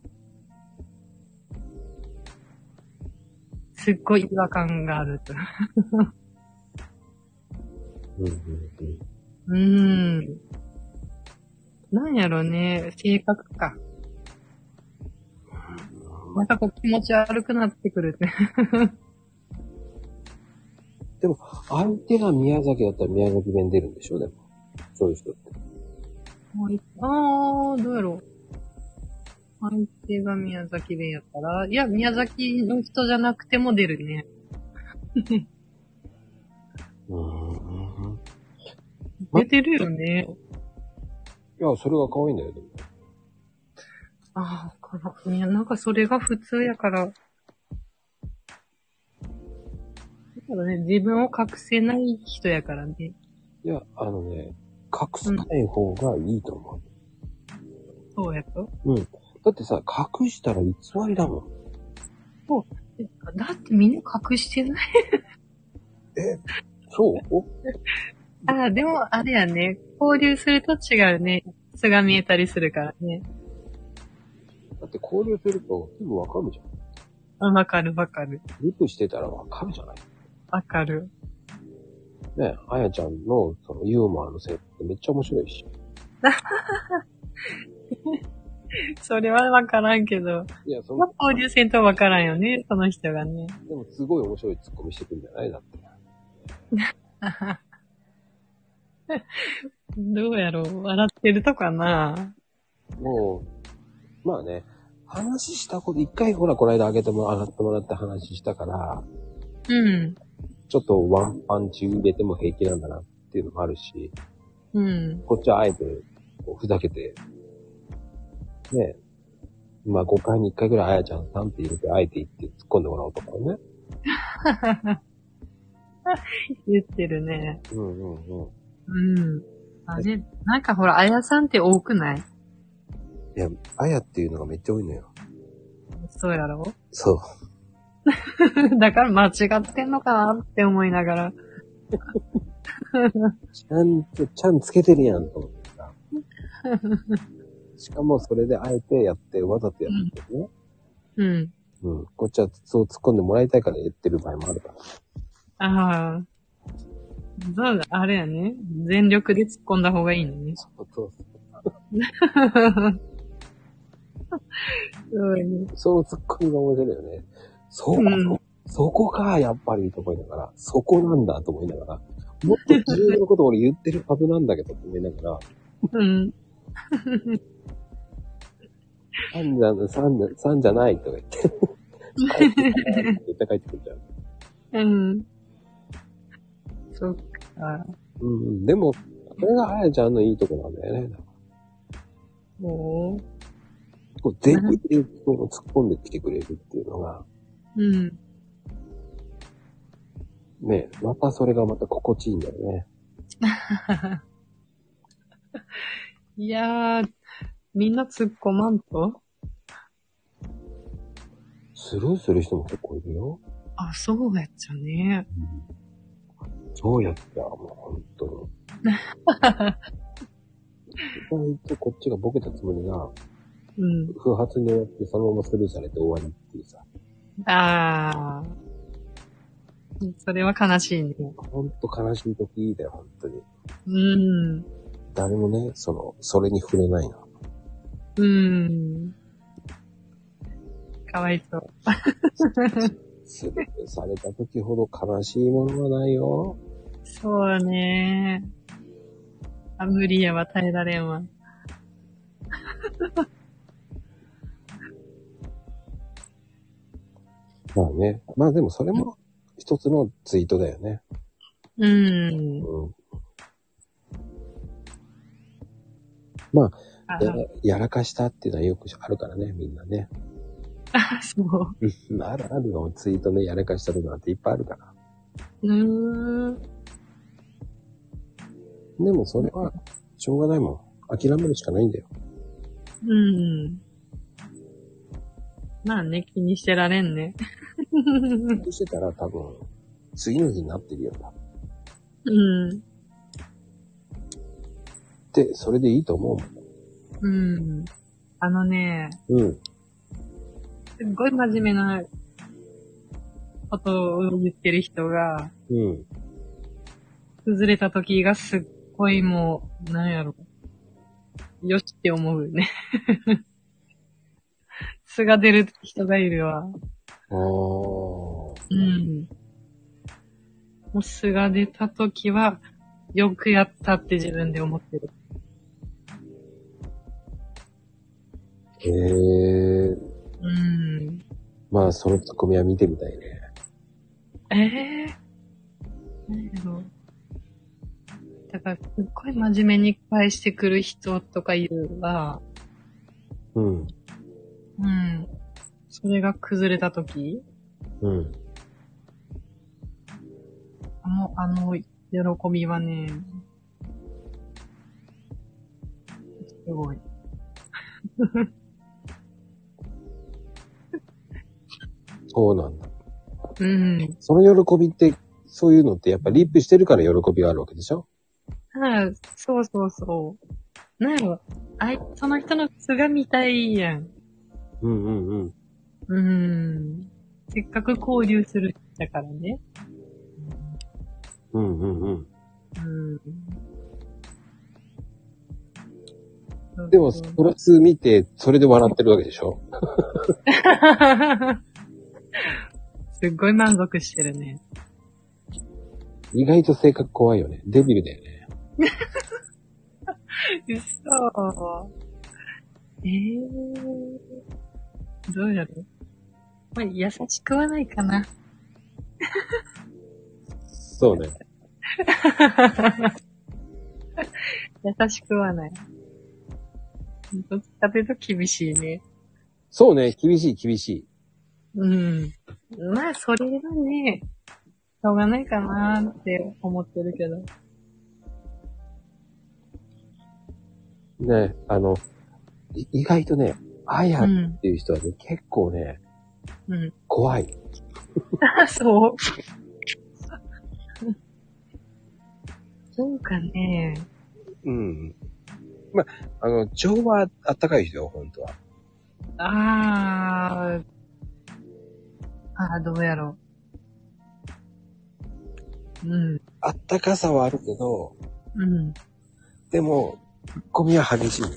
すっごい違和感があると。なんやろね、性格か。またこう気持ち悪くなってくるって。 でも、相手が宮崎だったら宮崎弁出るんでしょ、でも。そういう人って。 どうやろう。相手が宮崎弁やったら、いや、宮崎の人じゃなくても出るね。出てるよね。 いや、それが可愛いんだよ、でも。 いや、なんかそれが普通やから。だからね、自分を隠せない人やからね。 いや、隠さない方がいいと思う。 そうやと。 うん。だってさ、隠したら偽りだもん。 そう。だってみんな隠してない。 そうでも、あれやね。交流すると違うね。素が見えたりするからね。 だって交流するとすぐわかるじゃん。 わかるわかる。 リプしてたらわかるじゃない。 わかる。 ね、あやちゃんのそのユーモアのせいってめっちゃ面白いし。 それはわからんけど。 いや、その交流せんとわからんよね、その人がね。 でもすごい面白いツッコミしてくるんじゃないだって。 どうやろう、笑ってるとかな。 もう、まあね、話したこと、一回ほらこの間上がってもらって話したから、 うん。 ちょっとワンパンチ入れても平気なんだなっていうのもあるし、 うん。 こっちはあえて、こうふざけて、ね、まあ5回に1回ぐらいあやちゃんさんって入れて、あえて言って突っ込んでもらおうとかね。 言ってるね。 うんうんうん。 うん。あれ、なんかほら、あやさんって多くない？ いや、あやっていうのがめっちゃ多いのよ。 そうやろ？ そう。 だから間違ってんのかなって思いながら。 ちゃんつけてるやんと思ってさ。しかもそれであえてやって、わざとやってるね。 うん。 うん。こっちはそう突っ込んでもらいたいから言ってる場合もあるから。 ああ。そうだ、あれやね。全力で突っ込んだ方がいいのね。 そうそう。 そうね。 その突っ込みが面白いよね。そこか、やっぱりと思いながら、そこなんだと思いながら、もっと重要なこと俺言ってるはずなんだけどと思いながら、 うん。 3じゃないとか言って、絶対帰ってくるじゃん。 うん。そっか。 うん、でも、これがあやちゃんのいいとこなんだよね。 もこう全力で突っ込んできてくれるっていうのが、 う。うん。 ね、またそれがまた心地いいんだよね。 いやー、みんな突っ込まんと？ スルーする人も結構いるよ。 あ、そうやっちゃね。 そうやった、もう本当に。 意外とこっちがボケたつもりが、 うん。 不発に終わってそのままスルーされて終わりっていうさ。 ああ。それは悲しいね。 ほんと悲しい時だよ、ほんとに。 うん。 誰もね、それに触れないな。 うん。かわいそう。 スルーされた時ほど悲しいものはないよ。 そうね。あ、無理やわ、耐えられんわ。 まあね。まあでもそれも一つのツイートだよね。 うん。 うん。まあ、やらかしたっていうのはよくあるからね、みんなね。 あ、そう。 あるあるのツイートね、やらかしたのなんていっぱいあるから。でもそれは、しょうがないもん。諦めるしかないんだよ。 うん。まあね、気にしてられんね。 気にしてたら多分、次の日になってるよ。 うん。 で、それでいいと思うもん。 うん。あのね、 うん。 すっごい真面目なことを言ってる人が、 うん。 崩れた時がすっごいもう、なんやろ。よしって思うね。素が出る人がいるわ。 ああ。 うん。もう素が出た時は、よくやったって自分で思ってる。 へえ。 うん。 まあ、そのツッコミは見てみたいね。 なんやろ。だから、すっごい真面目に返してくる人とかいるわ。 うん。 うん。それが崩れた時うん。 喜びはね、すごい。 そうなんだ。 うん。 その喜びって、そういうのってやっぱリップしてるから喜びがあるわけでしょ？ はい、そうそうそう。なんやろ、その人の素が見たいやん。 うんうんうん。 せっかく交流するんだからね。 うんうんうん。でも、プラス見て、それで笑ってるわけでしょ？ すっごい満足してるね。 意外と性格怖いよね。デビルだよね。 嘘。どうやる？まあ、優しくはないかな。 そうね。 優しくはない。どっちかというと厳しいね。 そうね。厳しい厳しい。 うん。まあ、それはね、しょうがないかなーって思ってるけど。 ね、意外とね、あやっていう人はね、結構ね、怖い。 そう。そうかね。 うん。まあ、情はあったかい人よ、本当は。 どうやろう。 あったかさはあるけど、 うん。 でも、ツッコミは激しいね。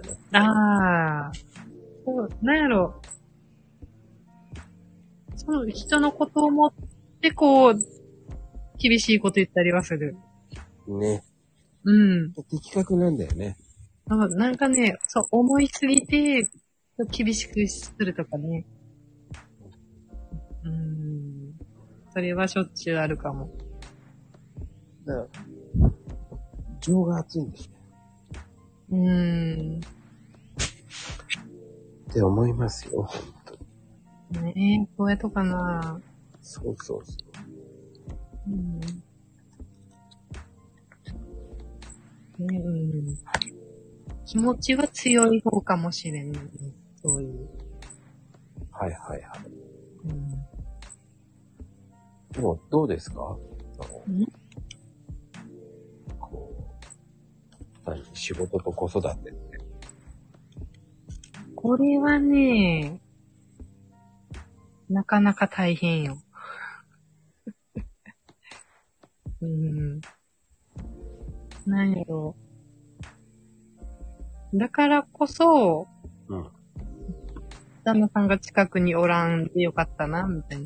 そう、なんやろ。その人のことを思ってこう、厳しいこと言ったりはする。 ね。 うん。 的確なんだよね。 なんかね、そう、思いすぎて、厳しくするとかね。それはしょっちゅうあるかも。 だから、情が熱いんですね。って思いますよ、本当に。 ねえ、こうやとかな。 そうそうそう。 気持ちは強い方かもしれん、ね。そういう。 はいはいはい。でも、どうですか？こう、 仕事と子育てって。 これはね、なかなか大変よ。なんやろう。だからこそ、旦那さんが近くにおらんでよかったな、みたいな。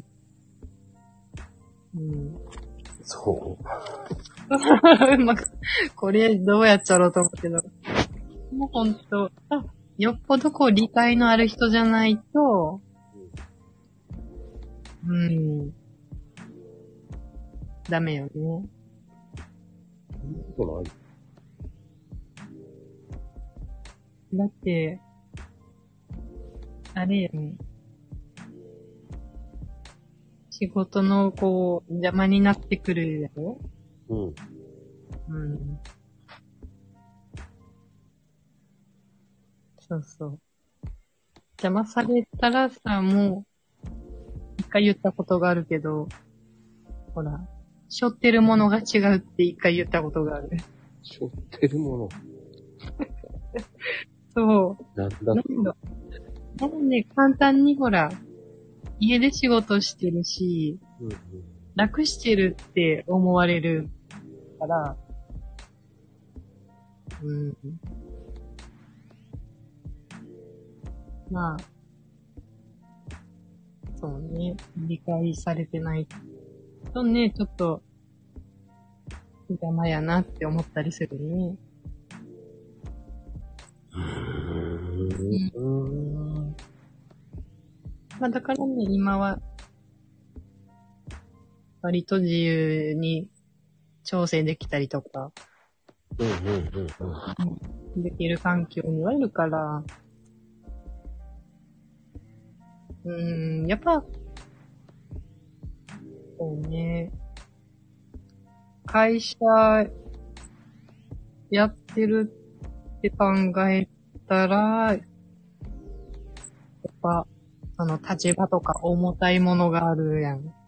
そう。 まあ、これどうやっちゃろうと思うけど。もうほんと、よっぽど理解のある人じゃないと、ダメよね。 そうだって、あれよね。仕事の邪魔になってくるやろ？そうそう。邪魔されたらさ、もう、一回言ったことがあるけど、ほら、背負ってるものが違うって一回言ったことがある。 背負ってるものそう。 なんだでもね、簡単にほら、家で仕事してるし、楽してるって思われるから、まあ、そうね、理解されてないとね、ちょっと、邪魔やなって思ったりするね。まあだからね、今は、割と自由に調整できたりとか、できる環境にはいるから、やっぱ、そうね、会社やってるって考えたら、やっぱ、その立場とか重たいものがあるやん。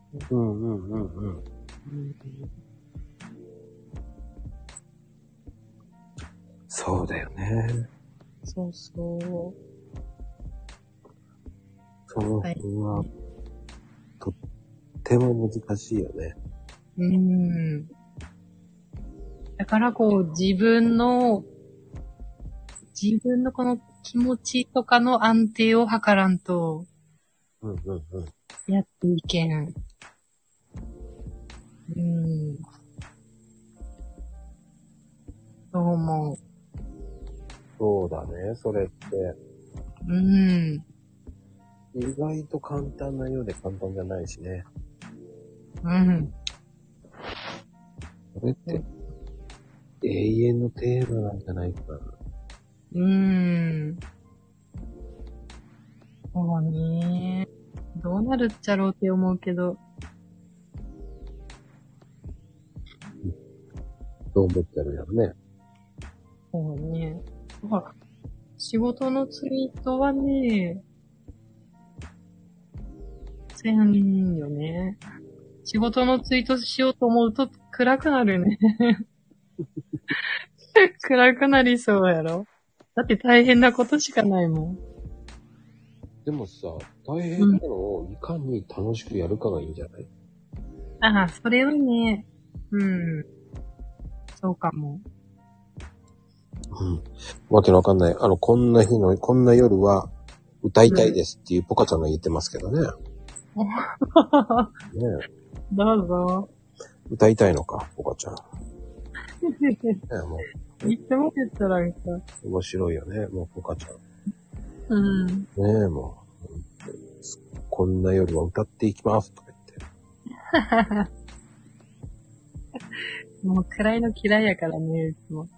そうだよね。 そうそう。 その辺は、とっても難しいよね。 だから自分のこの気持ちとかの安定を図らんと、やっていけん。そう思う。 そうだね、それって。意外と簡単なようで簡単じゃないしね。それって、永遠のテーマなんじゃないかな。 そうね。どうなるっちゃろうって思うけど。 どう思っちゃうやろね。 そうね。仕事のツイートはね、せんよね。仕事のツイートしようと思うと暗くなるね。暗くなりそうやろ。だって大変なことしかないもん。 でもさ、大変なのをいかに楽しくやるかがいいんじゃない？ ああ、それはね、そうかも。 わけのわかんない。こんな夜は歌いたいですっていうポカちゃんが言ってますけどね。ねどうぞ。 歌いたいのか、ポカちゃん。もういつも言ったらんか。 面白いよね、もうポカちゃん。ねもう、こんな夜は歌っていきますとか言って。 もう暗いの嫌いやからね、いつも。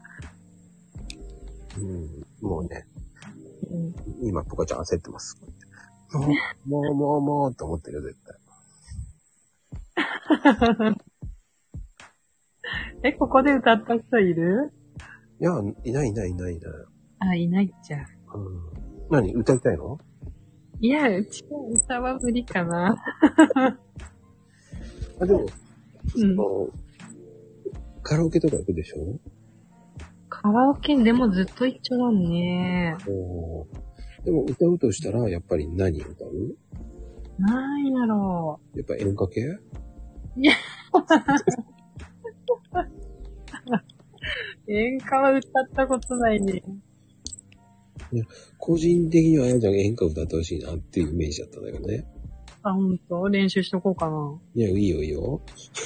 もうね、今ポカちゃん焦ってます。もうと思ってるよ、絶対。ここで歌った人いる？ いや、いない。 あ、いないっちゃ。 何歌いたいの？ いや、うちの歌は無理かな。 でも、カラオケとか行くでしょ？ カカラオケでもずっと一緒だね。 でも歌うとしたら、やっぱり何歌う？ なんやろう。やっぱ演歌系？ いや。演歌は歌ったことないね。 いや、個人的にはあやちゃんが演歌歌ってほしいなっていうイメージだったんだけどね。 あ、ほんと？練習しとこうかな。 いや、いいよいいよ。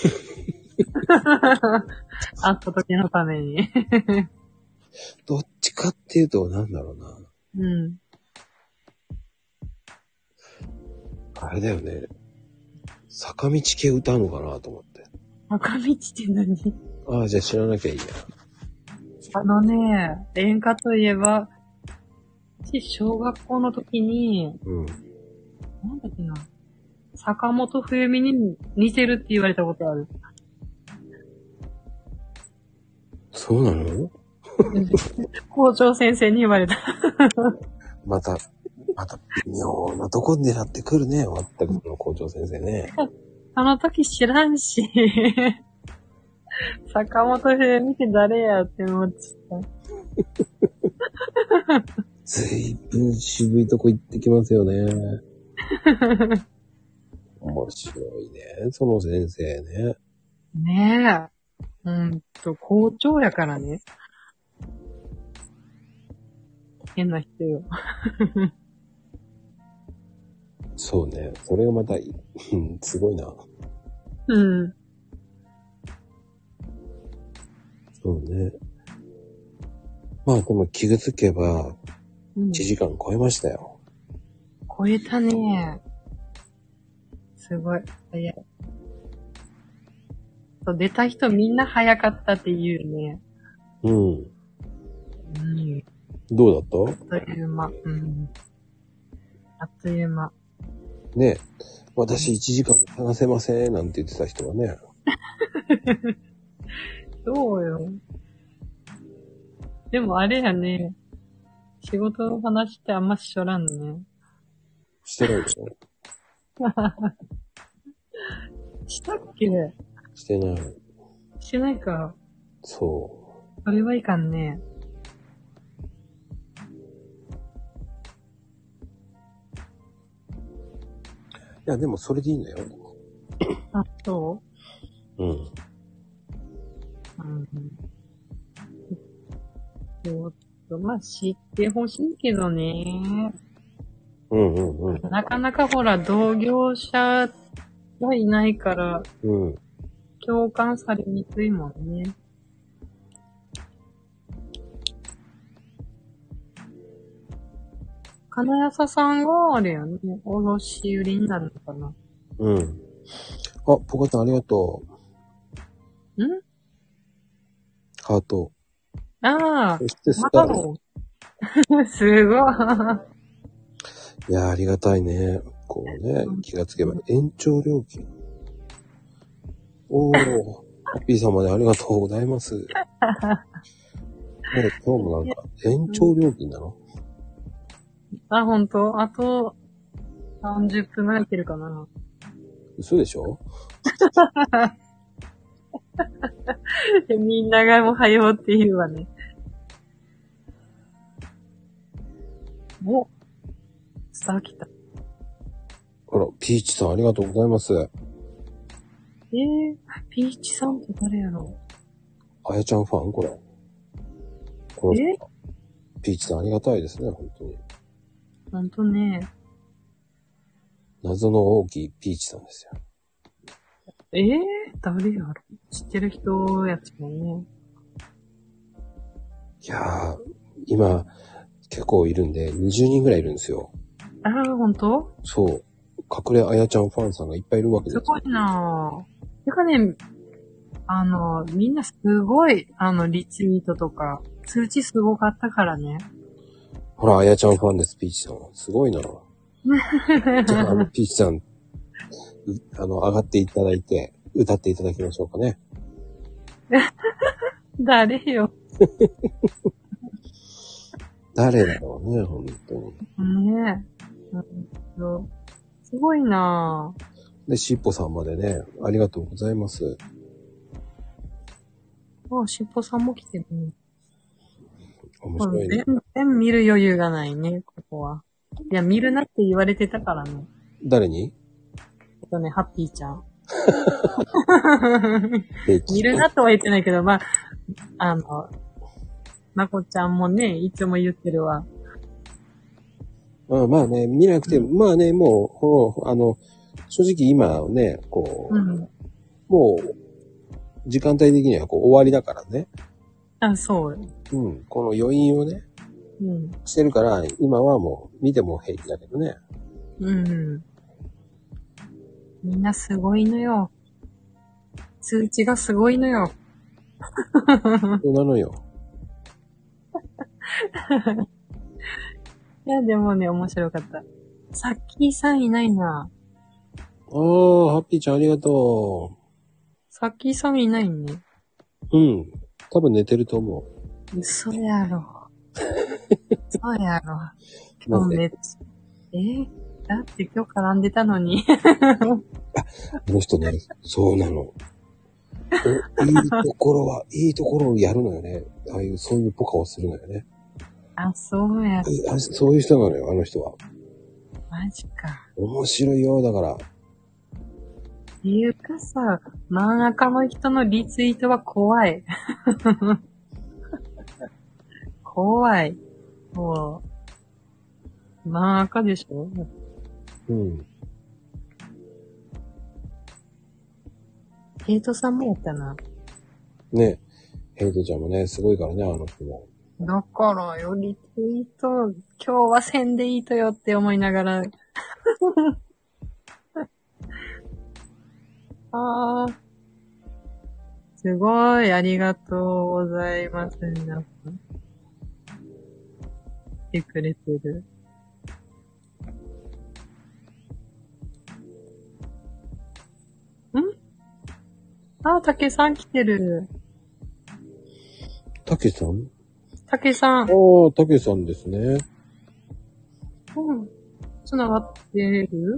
会った時のために。 どっちかっていうと、なんだろうな。 うん。 あれだよね。坂道系歌うのかなと思って。 坂道って何？ ああ、じゃあ知らなきゃいいや。 演歌といえば、小学校の時に、なんだっけな。坂本冬美に似てるって言われたことある。 そうなの？ 校長先生に言われた。 また微妙なとこ狙ってくるね。全くその校長先生ね。 あの時知らんし。坂本冬美って誰やって思っちゃった。 ずいぶん渋いとこ行ってきますよね。面白いね、その先生ね。 ねえ。校長やからね。変な人よ。 そうね。それがまた、すごいな。 うん。 そうね。まあでも気がつけば、1時間超えましたよ。 超えたね。すごい。早い。そう、出た人みんな早かったって言うね。 うん。どうだった？ あっという間。あっという間。 ねえ。私1時間も話せませんなんて言ってた人はね。 そうよ。でもあれやね。仕事の話ってあんましょらんね。 してないでしょ？ したっけ？ してない。 してないか。 そう。 それはいかんね。 いや、でもそれでいいんだよ。 あ、そう？ちょっと、まあ、知ってほしいけどね。なかなかほら、同業者がいないから、共感されにくいもんね。金谷さんがあれやね、卸売りになるのかな。 あ、ポカちゃんありがとう。ハート。 ああ、 そしてスまター。 だろう。すごい。 いや、ありがたいね。こうね、気がつけば延長料金。おー、ハッピーさんまでありがとうございます。ね、今日もなんか延長料金なの？ あ、ほんと？あと、30分ぐらいいけるかな。 嘘でしょ？ みんながもうはよって言うわね。お、スター来た。 あら、ピーチさんありがとうございます。 ピーチさんって誰やろ？ あやちゃんファンこれ。ピーチさんありがたいですね、本当に。 ほんとね。 謎の大きいピーチさんですよ。 誰やろ？知ってる人やつもね。 いやー、今、結構いるんで、20人ぐらいいるんですよ。 ああ、ほんと？ そう。隠れあやちゃんファンさんがいっぱいいるわけですよ。 すごいなぁ。てかね、みんなすごい、リツイートとか、通知すごかったからね。 ほら、あやちゃんファンです、ピーチさん。すごいな。じゃあ、ピーチさん、上がっていただいて、歌っていただきましょうかね。 誰よ。 誰だろうね、ほんとに。 ねえ。すごいなぁ。 で、しっぽさんまでね、ありがとうございます。 しっぽさんも来てるね。 面白いね。 全然見る余裕がないね、ここは。いや、見るなって言われてたからね。 誰に？ ハッピーちゃん。見るなとは言ってないけど、まあ、まこちゃんもね、いつも言ってるわ。 まあね、見なくても、まあね、もう、正直今ね、もう、時間帯的には終わりだからね。 あ、そう。 この余韻をね、してるから、今はもう見ても平気だけどね。 みんなすごいのよ。通知がすごいのよ。 そうなのよ。 いや、でもね、面白かった。さっきさんいないな。 ハッピーちゃんありがとう。 さっきさんいないね。 多分寝てると思う。嘘やろ。そうやろ。今日だって今日絡んでたのに。 あの人ね、そうなの。いいところをやるのよね。そういうポカをするのよね。 あ、そうや。 そういう人なのよ、あの人は。 マジか。 面白いよ、だから。 っていうかさ、漫画家の人のリツイートは怖い。怖い。もう、漫画家でしょ？ヘイトさんもやったな。 ね。ヘイトちゃんもね、すごいからね、あの人も。 だからよ、リツイート、今日はせんでいいとよって思いながら。すごい、ありがとうございます、皆さん。来てくれてる。竹さん来てる。 竹さん？ 竹さん。 竹さんですね。 つながってる？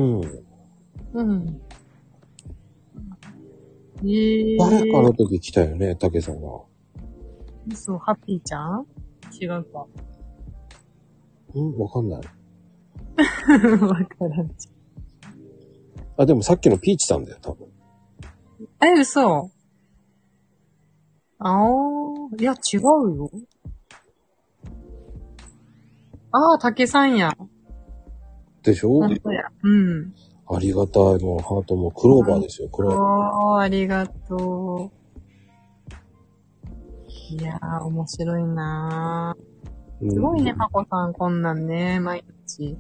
誰かの時来たよね、竹さんは。 そう、ハッピーちゃん？違うか。 わかんない。 わからん。 でもさっきのピーチさんだよ、多分。 嘘。いや、違うよ。竹さんや。 でしょ？ 本当や。 ありがたい。もう、ハートもクローバーですよ、クローバー。 ありがとう。いやー、面白いなー。すごいね、まこさん、こんなんね、毎日。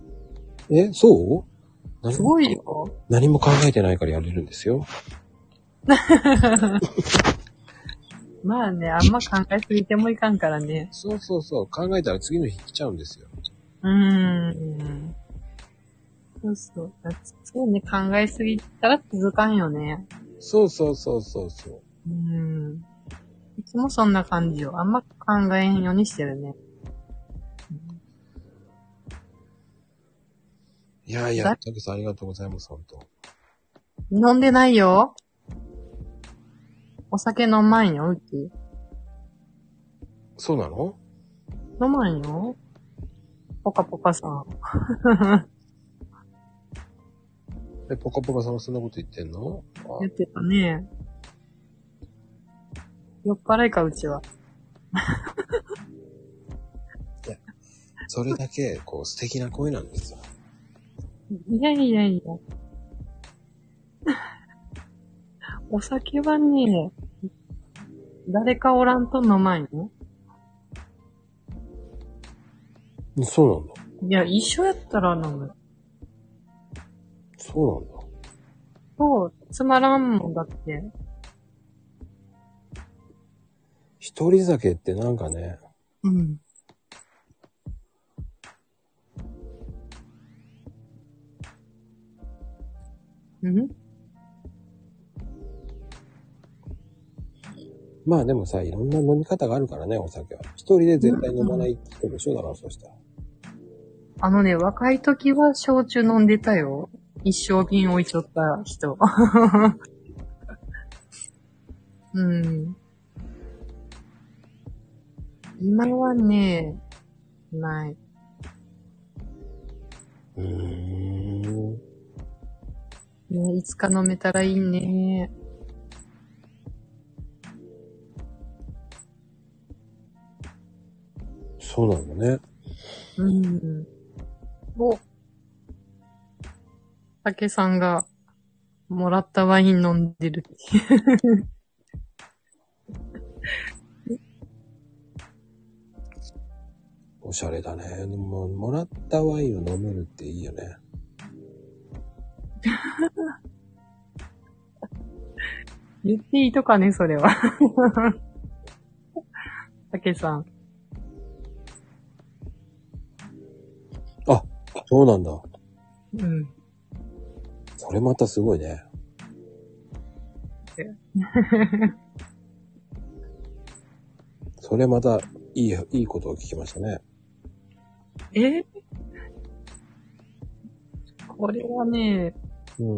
そうすごいよ。 何も考えてないからやれるんですよ。 まあね、あんま考えすぎてもいかんからね。 そう。考えたら次の日来ちゃうんですよ。 そう。そうね、考えすぎたら続かんよね。 そう。 いつもそんな感じよ。あんま考えんようにしてるね。 いや、竹さんありがとうございます、本当。 飲んでないよ。お酒飲まんよ、うち。 そうなの？ 飲まんよ。ポカポカさん。 ポカポカさんはそんなこと言ってんの？ 言ってたね。酔っ払いか、うちは。 いや、それだけ、素敵な声なんですよ。 いや。お酒はね、誰かおらんと飲まんよ。 そうなんだ。 いや、一緒やったら飲む。 そうなんだ。 そう、つまらんもんだって。 一人酒ってなんかね。まあでもさ、いろんな飲み方があるからね、お酒は。一人で絶対飲まない人でしょ、だからそうしたら。 若い時は焼酎飲んでたよ。一生瓶置いちょった人。 今はね、ない。ね、いつか飲めたらいいね。 そうなんだね。 お、竹さんがもらったワイン飲んでる。 おしゃれだね。もらったワインを飲めるっていいよね。 言っていいとかね、それは。竹さん。 あ、そうなんだ。 うん。 それまたすごいね。それまたいいことを聞きましたね。 これはね、 うん。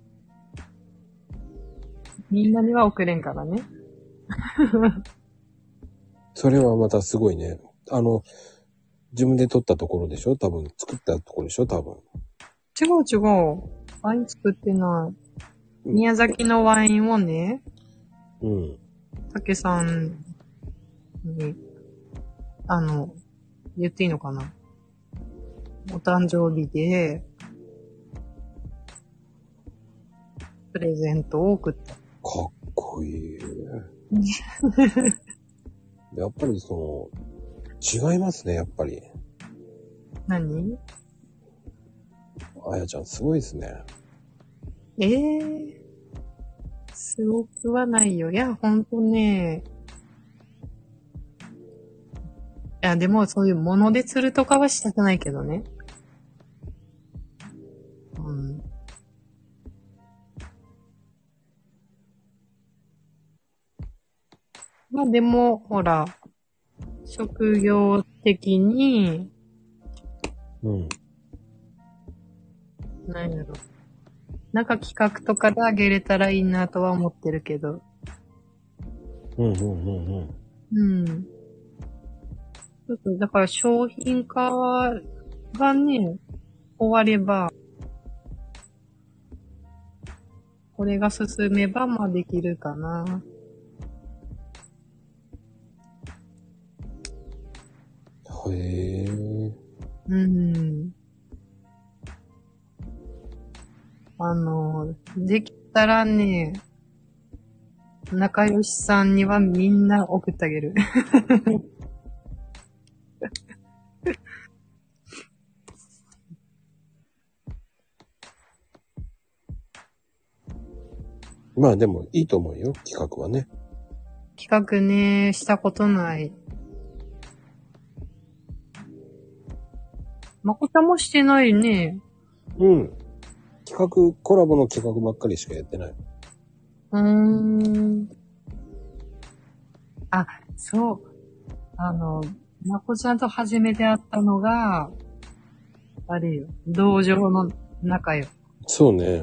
みんなには送れんからね。 それはまたすごいね。自分で取ったところでしょ？多分、作ったところでしょ？多分。 違う。ワイン作ってない。宮崎のワインをね、 うん。 竹さんに、言っていいのかな？お誕生日で、プレゼントを送った。 かっこいい。やっぱり違いますね、やっぱり。 何？ あやちゃんすごいですね。 すごくはないよ。いや、ほんとね。いや、でもそういうもので釣るとかはしたくないけどね。うん。まあでも、ほら、職業的に、 うん。 何やろ。なんか企画とかであげれたらいいなとは思ってるけど。 うん。 うん。だから商品化がね、終われば、これが進めば、まあできるかな。 へえ。 うん。できたらね、仲良しさんにはみんな送ってあげる。 まあでもいいと思うよ、企画はね。 企画ね、したことない。まこちゃんもしてないね。 うん。コラボの企画ばっかりしかやってない。 あ、そう。まこちゃんと初めて会ったのが、あれよ。道場の中よ。 そうね。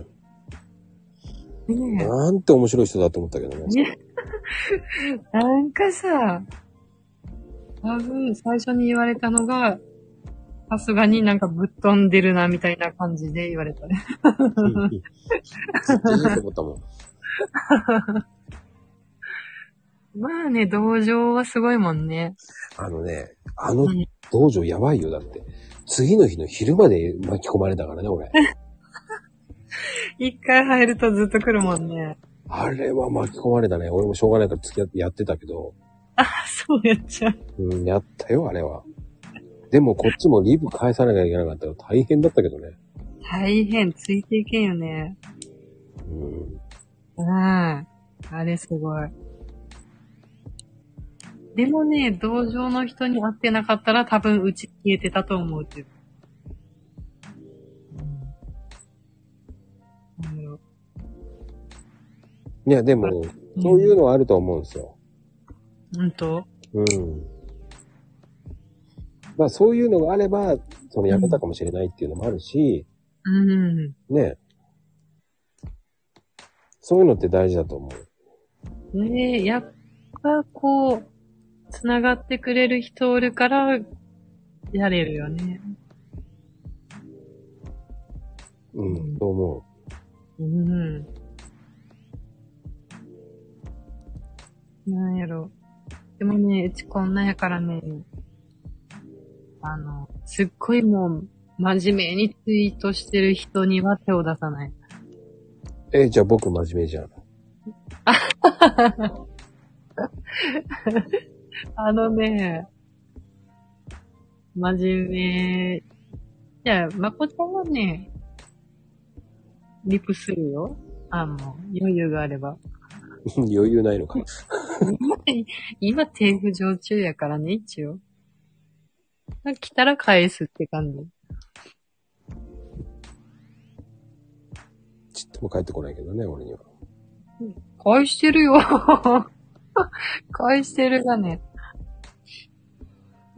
ねなんて面白い人だと思ったけどね。 ねなんかさ、多分最初に言われたのが、さすがになんかぶっ飛んでるなみたいな感じで言われたね。 ずっといいと思ったもん。 まあね、道場はすごいもんね。 道場やばいよ、だって。次の日の昼まで巻き込まれたからね、俺。 一回入るとずっと来るもんね。 あれは巻き込まれたね。俺もしょうがないから付き合ってやってたけど。 あ、そうやっちゃう。 うん、やったよ、あれは。でもこっちもリブ返さなきゃいけなかったら大変だったけどね。 大変、ついていけんよね。あれすごい。でもね、道場の人に会ってなかったら多分うち消えてたと思うっていう。 いや、でも、そういうのはあると思うんですよ。 うんと？ うん。まあそういうのがあれば、やめたかもしれないっていうのもあるし、ね。そういうのって大事だと思う。 ねえ、やっぱこう、 繋がってくれる人おるから、やれるよね。 うん、そう思う。うん。なんやろ。でもね、うちこんなやからね、すっごいもう、真面目にツイートしてる人には手を出さない。 じゃあ僕真面目じゃん。 真面目。いや、まこちゃんはね、リプするよ。余裕があれば。 余裕ないのか。 今、手浮上中やからね、一応。来たら返すって感じ。 ちっとも帰ってこないけどね、俺には。 返してるよ。返してるがね。うん。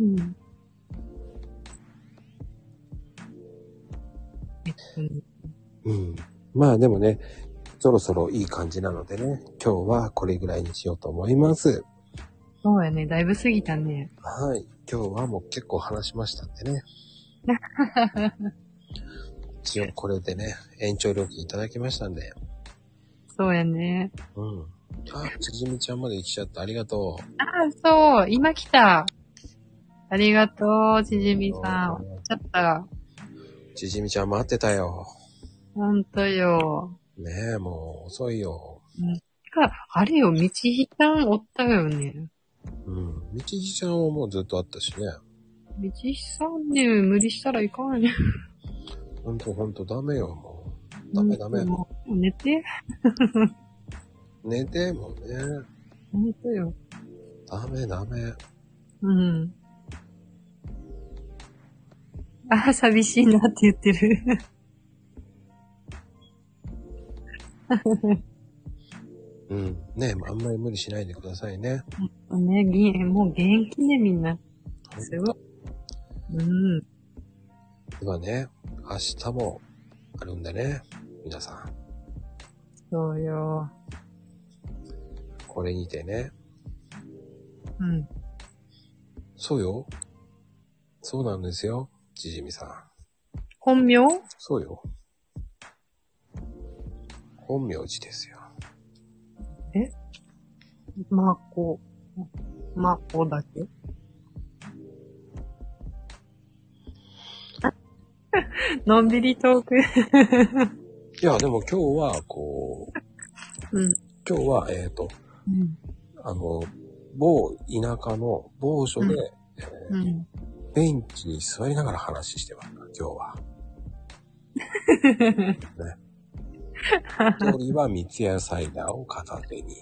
うん。まあでもね、そろそろいい感じなのでね、今日はこれぐらいにしようと思います。 そうやね、だいぶ過ぎたね。 はい。今日はもう結構話しましたんでね。一応これでね、延長料金いただきましたんで。 そうやね。 うん。ちじみちゃんまで来ちゃってありがとう。 そう、今来た。ありがとう、ちじみさん。来ちゃった。 ちじみちゃん待ってたよ。 ほんとよ。 ねえ、もう遅いよ。 あれよ、みちひちゃんおったよね。 うん。みちひちゃんはもうずっとあったしね。 みちひさんね、無理したらいかんね。 ほんとダメよ、もう。ダメ。 もう寝て。 寝てもね。 ほんとよ。 ダメ。 うん。寂しいなって言ってる。 うん。ねえ、あんまり無理しないでくださいね。 ね、もう元気ね、みんな。すごい。うん。 ではね、明日もあるんでね、皆さん。 そうよ。 これにてね。 うん。 そうよ。そうなんですよ、ちじみさん。 本名？ そうよ。本名字ですよ。 まこだけのんびりトーク。 いや、でも今日は、 うん。 今日は、 うん。 某田舎の某所で、 うん。 ベンチに座りながら話してますから、今日は。ね。一人は三ツ矢サイダーを片手に。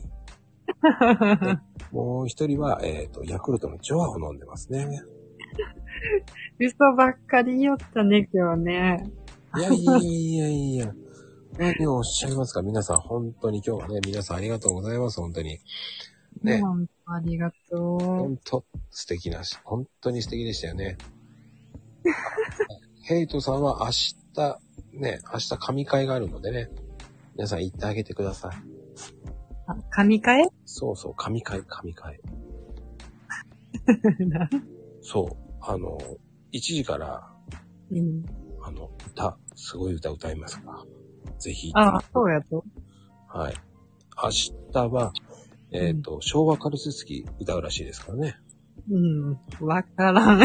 もう一人は、ヤクルトのジョアを飲んでますね。 嘘ばっかり言ったね、今日ね。 いや。何をおっしゃいますか皆さん、本当に今日はね、皆さんありがとうございます、本当に。ね。 本当ありがとう。 本当素敵なし、本当に素敵でしたよね。ヘイトさんは明日神会があるのでね、皆さん行ってあげてください。 神会？ そう、神会。そう、1時から、 うん、 すごい歌歌いますから。ぜひ。 そうやと。 はい。明日は、昭和カルスツキ歌うらしいですからね。 うん、わからん。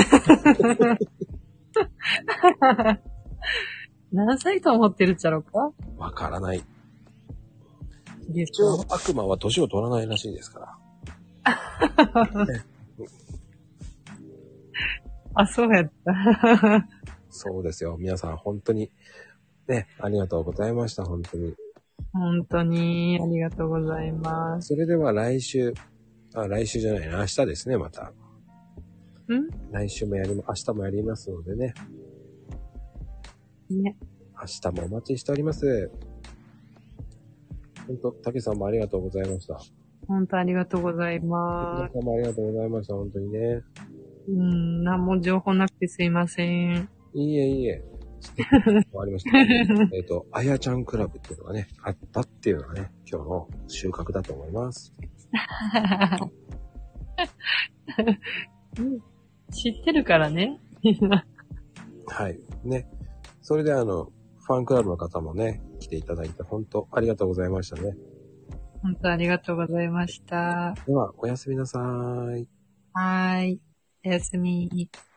何歳と思ってるっちゃろか？ わからない。 一応悪魔は年を取らないらしいですから。ね、 そうやった。 そうですよ。皆さん本当に、ね、ありがとうございました。本当に。 本当に、ありがとうございます。 それでは来週じゃないな、明日ですね、また。来週も明日もやりますのでね。 ね。 明日もお待ちしております。本当、たけさんもありがとうございました。 本当ありがとうございます。 皆さんもありがとうございました、本当にね。 何も情報なくてすいません。 いいえ。ありました。あやちゃんクラブっていうのがね、あったっていうのがね、今日の収穫だと思います。 知ってるからね。 はい。ね。それでファンクラブの方もね、来ていただいて、本当ありがとうございましたね。 本当ありがとうございました。 では、おやすみなさーい。 はーい。おやすみ。